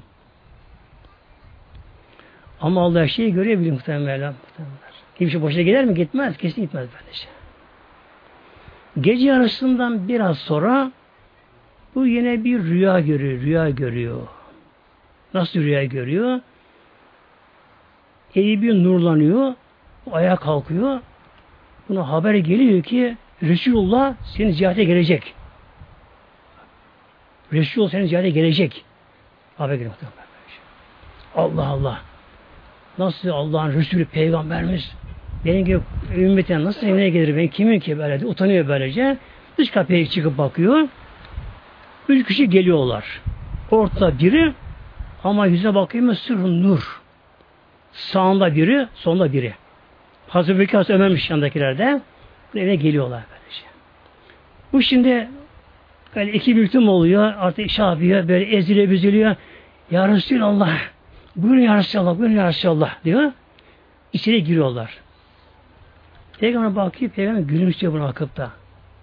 Ama Allah her şeyi görüyor biliyor muhtemelen. Kimse boşuna gider mi? Gitmez. Kesin gitmez böylece. Gece yarısından biraz sonra bu yine bir rüya görüyor. Rüya görüyor. Nasıl rüya görüyor? Evi bir nurlanıyor. Ayağa kalkıyor. Buna haber geliyor ki Resulullah seni ziyarete gelecek. Resulullah seni ziyarete gelecek. Haber geliyor. Allah Allah. Nasıl Allah'ın Resulü Peygamberimiz benim gibi ümmetten nasıl evine gelir? Ben kimim ki böyle diye utanıyor böylece. Dış kapıya çıkıp bakıyor. Üç kişi geliyorlar. Ortada biri ama yüzüne bakayım sırrı nur. Sağında biri, solunda biri. Hazreti Bekir Hazreti Ömer'miş yanındakilerde. Evine geliyorlar böylece. Bu şimdi böyle iki büyütüm oluyor. Artık şey yapıyor. Böyle eziliyor, büzülüyor. Ya Resulallah. Buyurun ya Resulallah. Buyurun ya Resulallah diyor. İçeri giriyorlar. Peygamber bakıyor. Peygamber gülümsüyor buna bakıp da.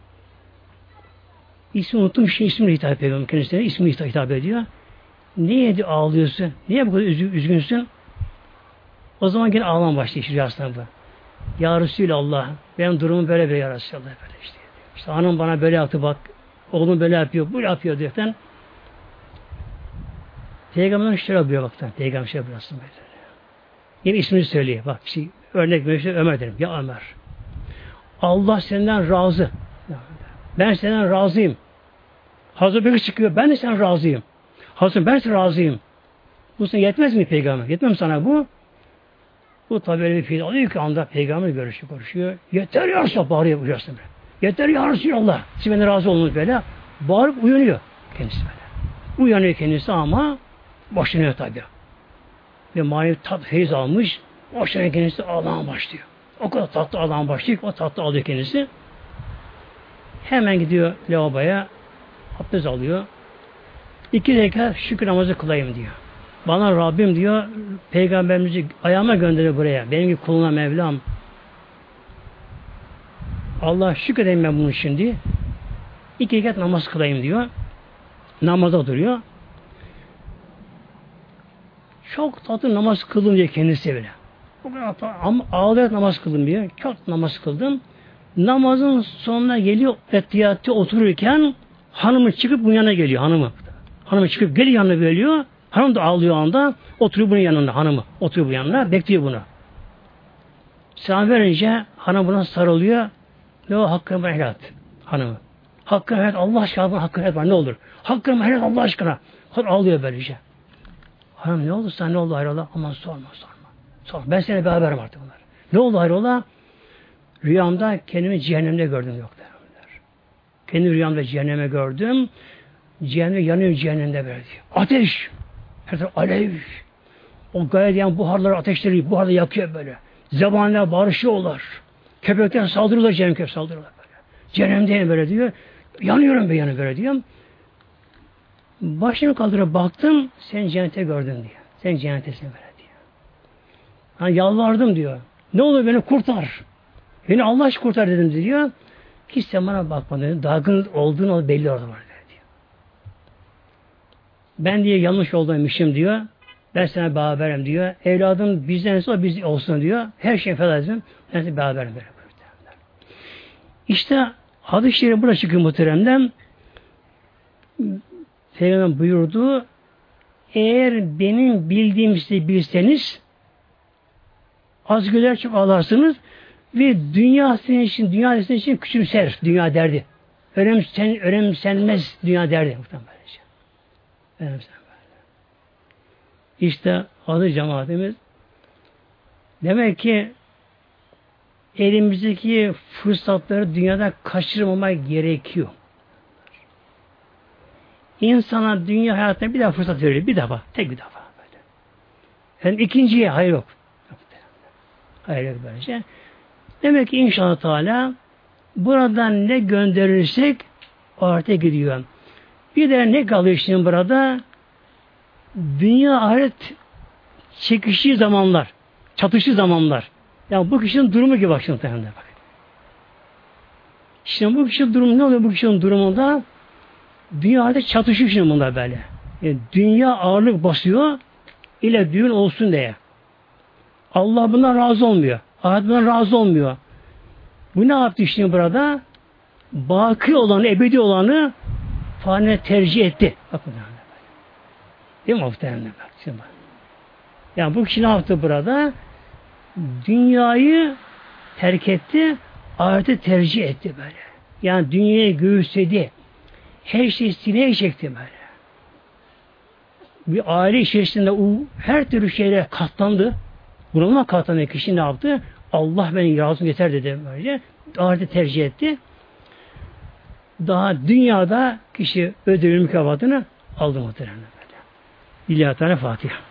İsmi unuttum. Şimdi ismini hitap ediyor. Kendisine ismini hitap ediyor. Niye diyor, ağlıyorsun? Niye bu kadar üzg- üzgünsün? O zaman yine ağlam başlıyor. İşte aslında bu. Ya Resulallah. Benim durumum böyle böyle ya Resulallah. Böyle işte. İşte hanım bana böyle yaptı bak. Oğlum böyle yapıyor. Bu yapıyor diyorken. Peygamber'in şöyle yapıyor baktan. Peygamber şöyle bıraksın böyle. Yine ismini söylüyor. Bak şey, örnek veriyor. Ömer derim. Ya Ömer. Allah senden razı. Ben senden razıyım. Hazreti Bekir çıkıyor. Ben de senden razıyım. Hazreti ben senden razıyım. Bu sana yetmez mi peygamber? Yetmez mi sana bu? Bu tabi öyle bir fiil alıyor ki anda peygamber görüşüyor, konuşuyor. Yeter ya Resulallah bağırıyor bu yaşta böyle. Yeter ya Resulallah. Siz benden razı olunuz böyle. Bağırıp uyanıyor kendisi böyle. Uyanıyor kendisi ama boşanıyor tabi. Ve manevi tat feyiz almış. Boşanıyor kendisi ağlamaya başlıyor. O kadar tatlı ağlamaya başlıyor ki o tatlı alıyor kendisi. Hemen gidiyor lavaboya. Abdest alıyor. İki rekat şükür namazı kılayım diyor. Bana Rabbim diyor, Peygamberimizi ayağıma gönderiyor buraya. Benim gibi kuluna Mevlam. Allah şükredeyim ben bunu şimdi. İki rekat namaz kılayım diyor. Namaza duruyor. Çok tatlı namaz kıldım diyor kendisi bile. O kadar ama ağlayarak namaz kıldım diyor. Çok namaz kıldım. Namazın sonuna geliyor, etiyatı otururken hanımı çıkıp bunun yanına geliyor hanımı. Hanımı çıkıp geliyor yanına geliyor. Hanım da ağlıyor anda. Oturuyor bunun yanında hanımı. Oturuyor bunun yanına. Bekliyor bunu. Selam verince hanım buna sarılıyor. Ve o hakkını helal et. Hanımı. Hakkını helal et. Allah aşkına hakkını helal et. Ne olur. Hakkını helal et Allah aşkına. Hanım ağlıyor böylece. Hanım ne oldu sana ne oldu hayrola? Aman sorma sorma. Sorma. Ben seninle beraberim artık bunlar. Ne oldu hayrola? Rüyamda kendimi cehennemde gördüm yok derler. Kendimi rüyamda cehenneme gördüm. Cehennemde yanıyor cehennemde böyle diyor. Ateş. Her taraf alev. O gayet yani buharları ateşleri buharda yakıyor böyle. Zebaniler barışıyorlar. Köpekler saldırıyorlar cehennem köpek saldırıyorlar böyle. Cehennemdeyim böyle diyor. Yanıyorum be yanı böyle diyorum. Başımı kaldırıp baktım sen cennete gördün diyor. Sen cennettesin böyle diyor. Hani yalvardım diyor. Ne olur beni kurtar. Beni Allah aşkına kurtar dedim diyor. Hiç sen bana bakmadın. Dargın olduğunu belli orada var diyor. Ben diye yanlış olduğumışım diyor. Ben sana beraberim diyor. Evladım bizden sonra biz olsun diyor. Her şey feda edin. Ben size beraberim diyor. İşte hadis-i şerif burada çıkıyor muhteremden. Peygamber buyurdu, eğer benim bildiğim sizi bilseniz az güler çok ağlarsınız ve dünya sizin için, dünya sizin için küçümser dünya derdi. Önemsen, önemsenmez dünya derdi. Önemsenmez. İşte adı cemaatimiz. Demek ki elimizdeki fırsatları dünyada kaçırmamak gerekiyor. İnsana dünya hayatına bir daha fırsat verilir. Bir defa. Tek bir defa. Böyle. Yani ikinciye hayır yok. Hayır yok böylece. Demek ki inşallah Teala buradan ne gönderirsek o artıya gidiyor. Bir de ne kalıyor şimdi burada? Dünya ahiret çekiştiği zamanlar, çatıştığı zamanlar. Yani bu kişinin durumu gibi bak şimdi bak. Şimdi bu kişinin durumu ne oluyor bu kişinin durumunda? Dünyada çatışıyor şimdi bunlar böyle. Yani dünya ağırlık basıyor ile düğün olsun diye. Allah bundan razı olmuyor. Ahiret bundan razı olmuyor. Bu ne yaptı şimdi burada? Baki olanı, ebedi olanı fani tercih etti. Bakın böyle. Değil mi muhtemelen? Yani bu kişi ne yaptı burada? Dünyayı terk etti, ahireti tercih etti böyle. Yani dünyayı göğüsledi. Her şeyi sineye çekti böyle. Bir aile içerisinde o her türlü şeyle katlandı. Bunalıma katlanan kişi ne yaptı? Allah beni razı yeter dedi böyle. Ahireti tercih etti. Daha dünyada kişi ödülün mükafatını aldı muhtemelen böyle. İlahi Teala Fatiha.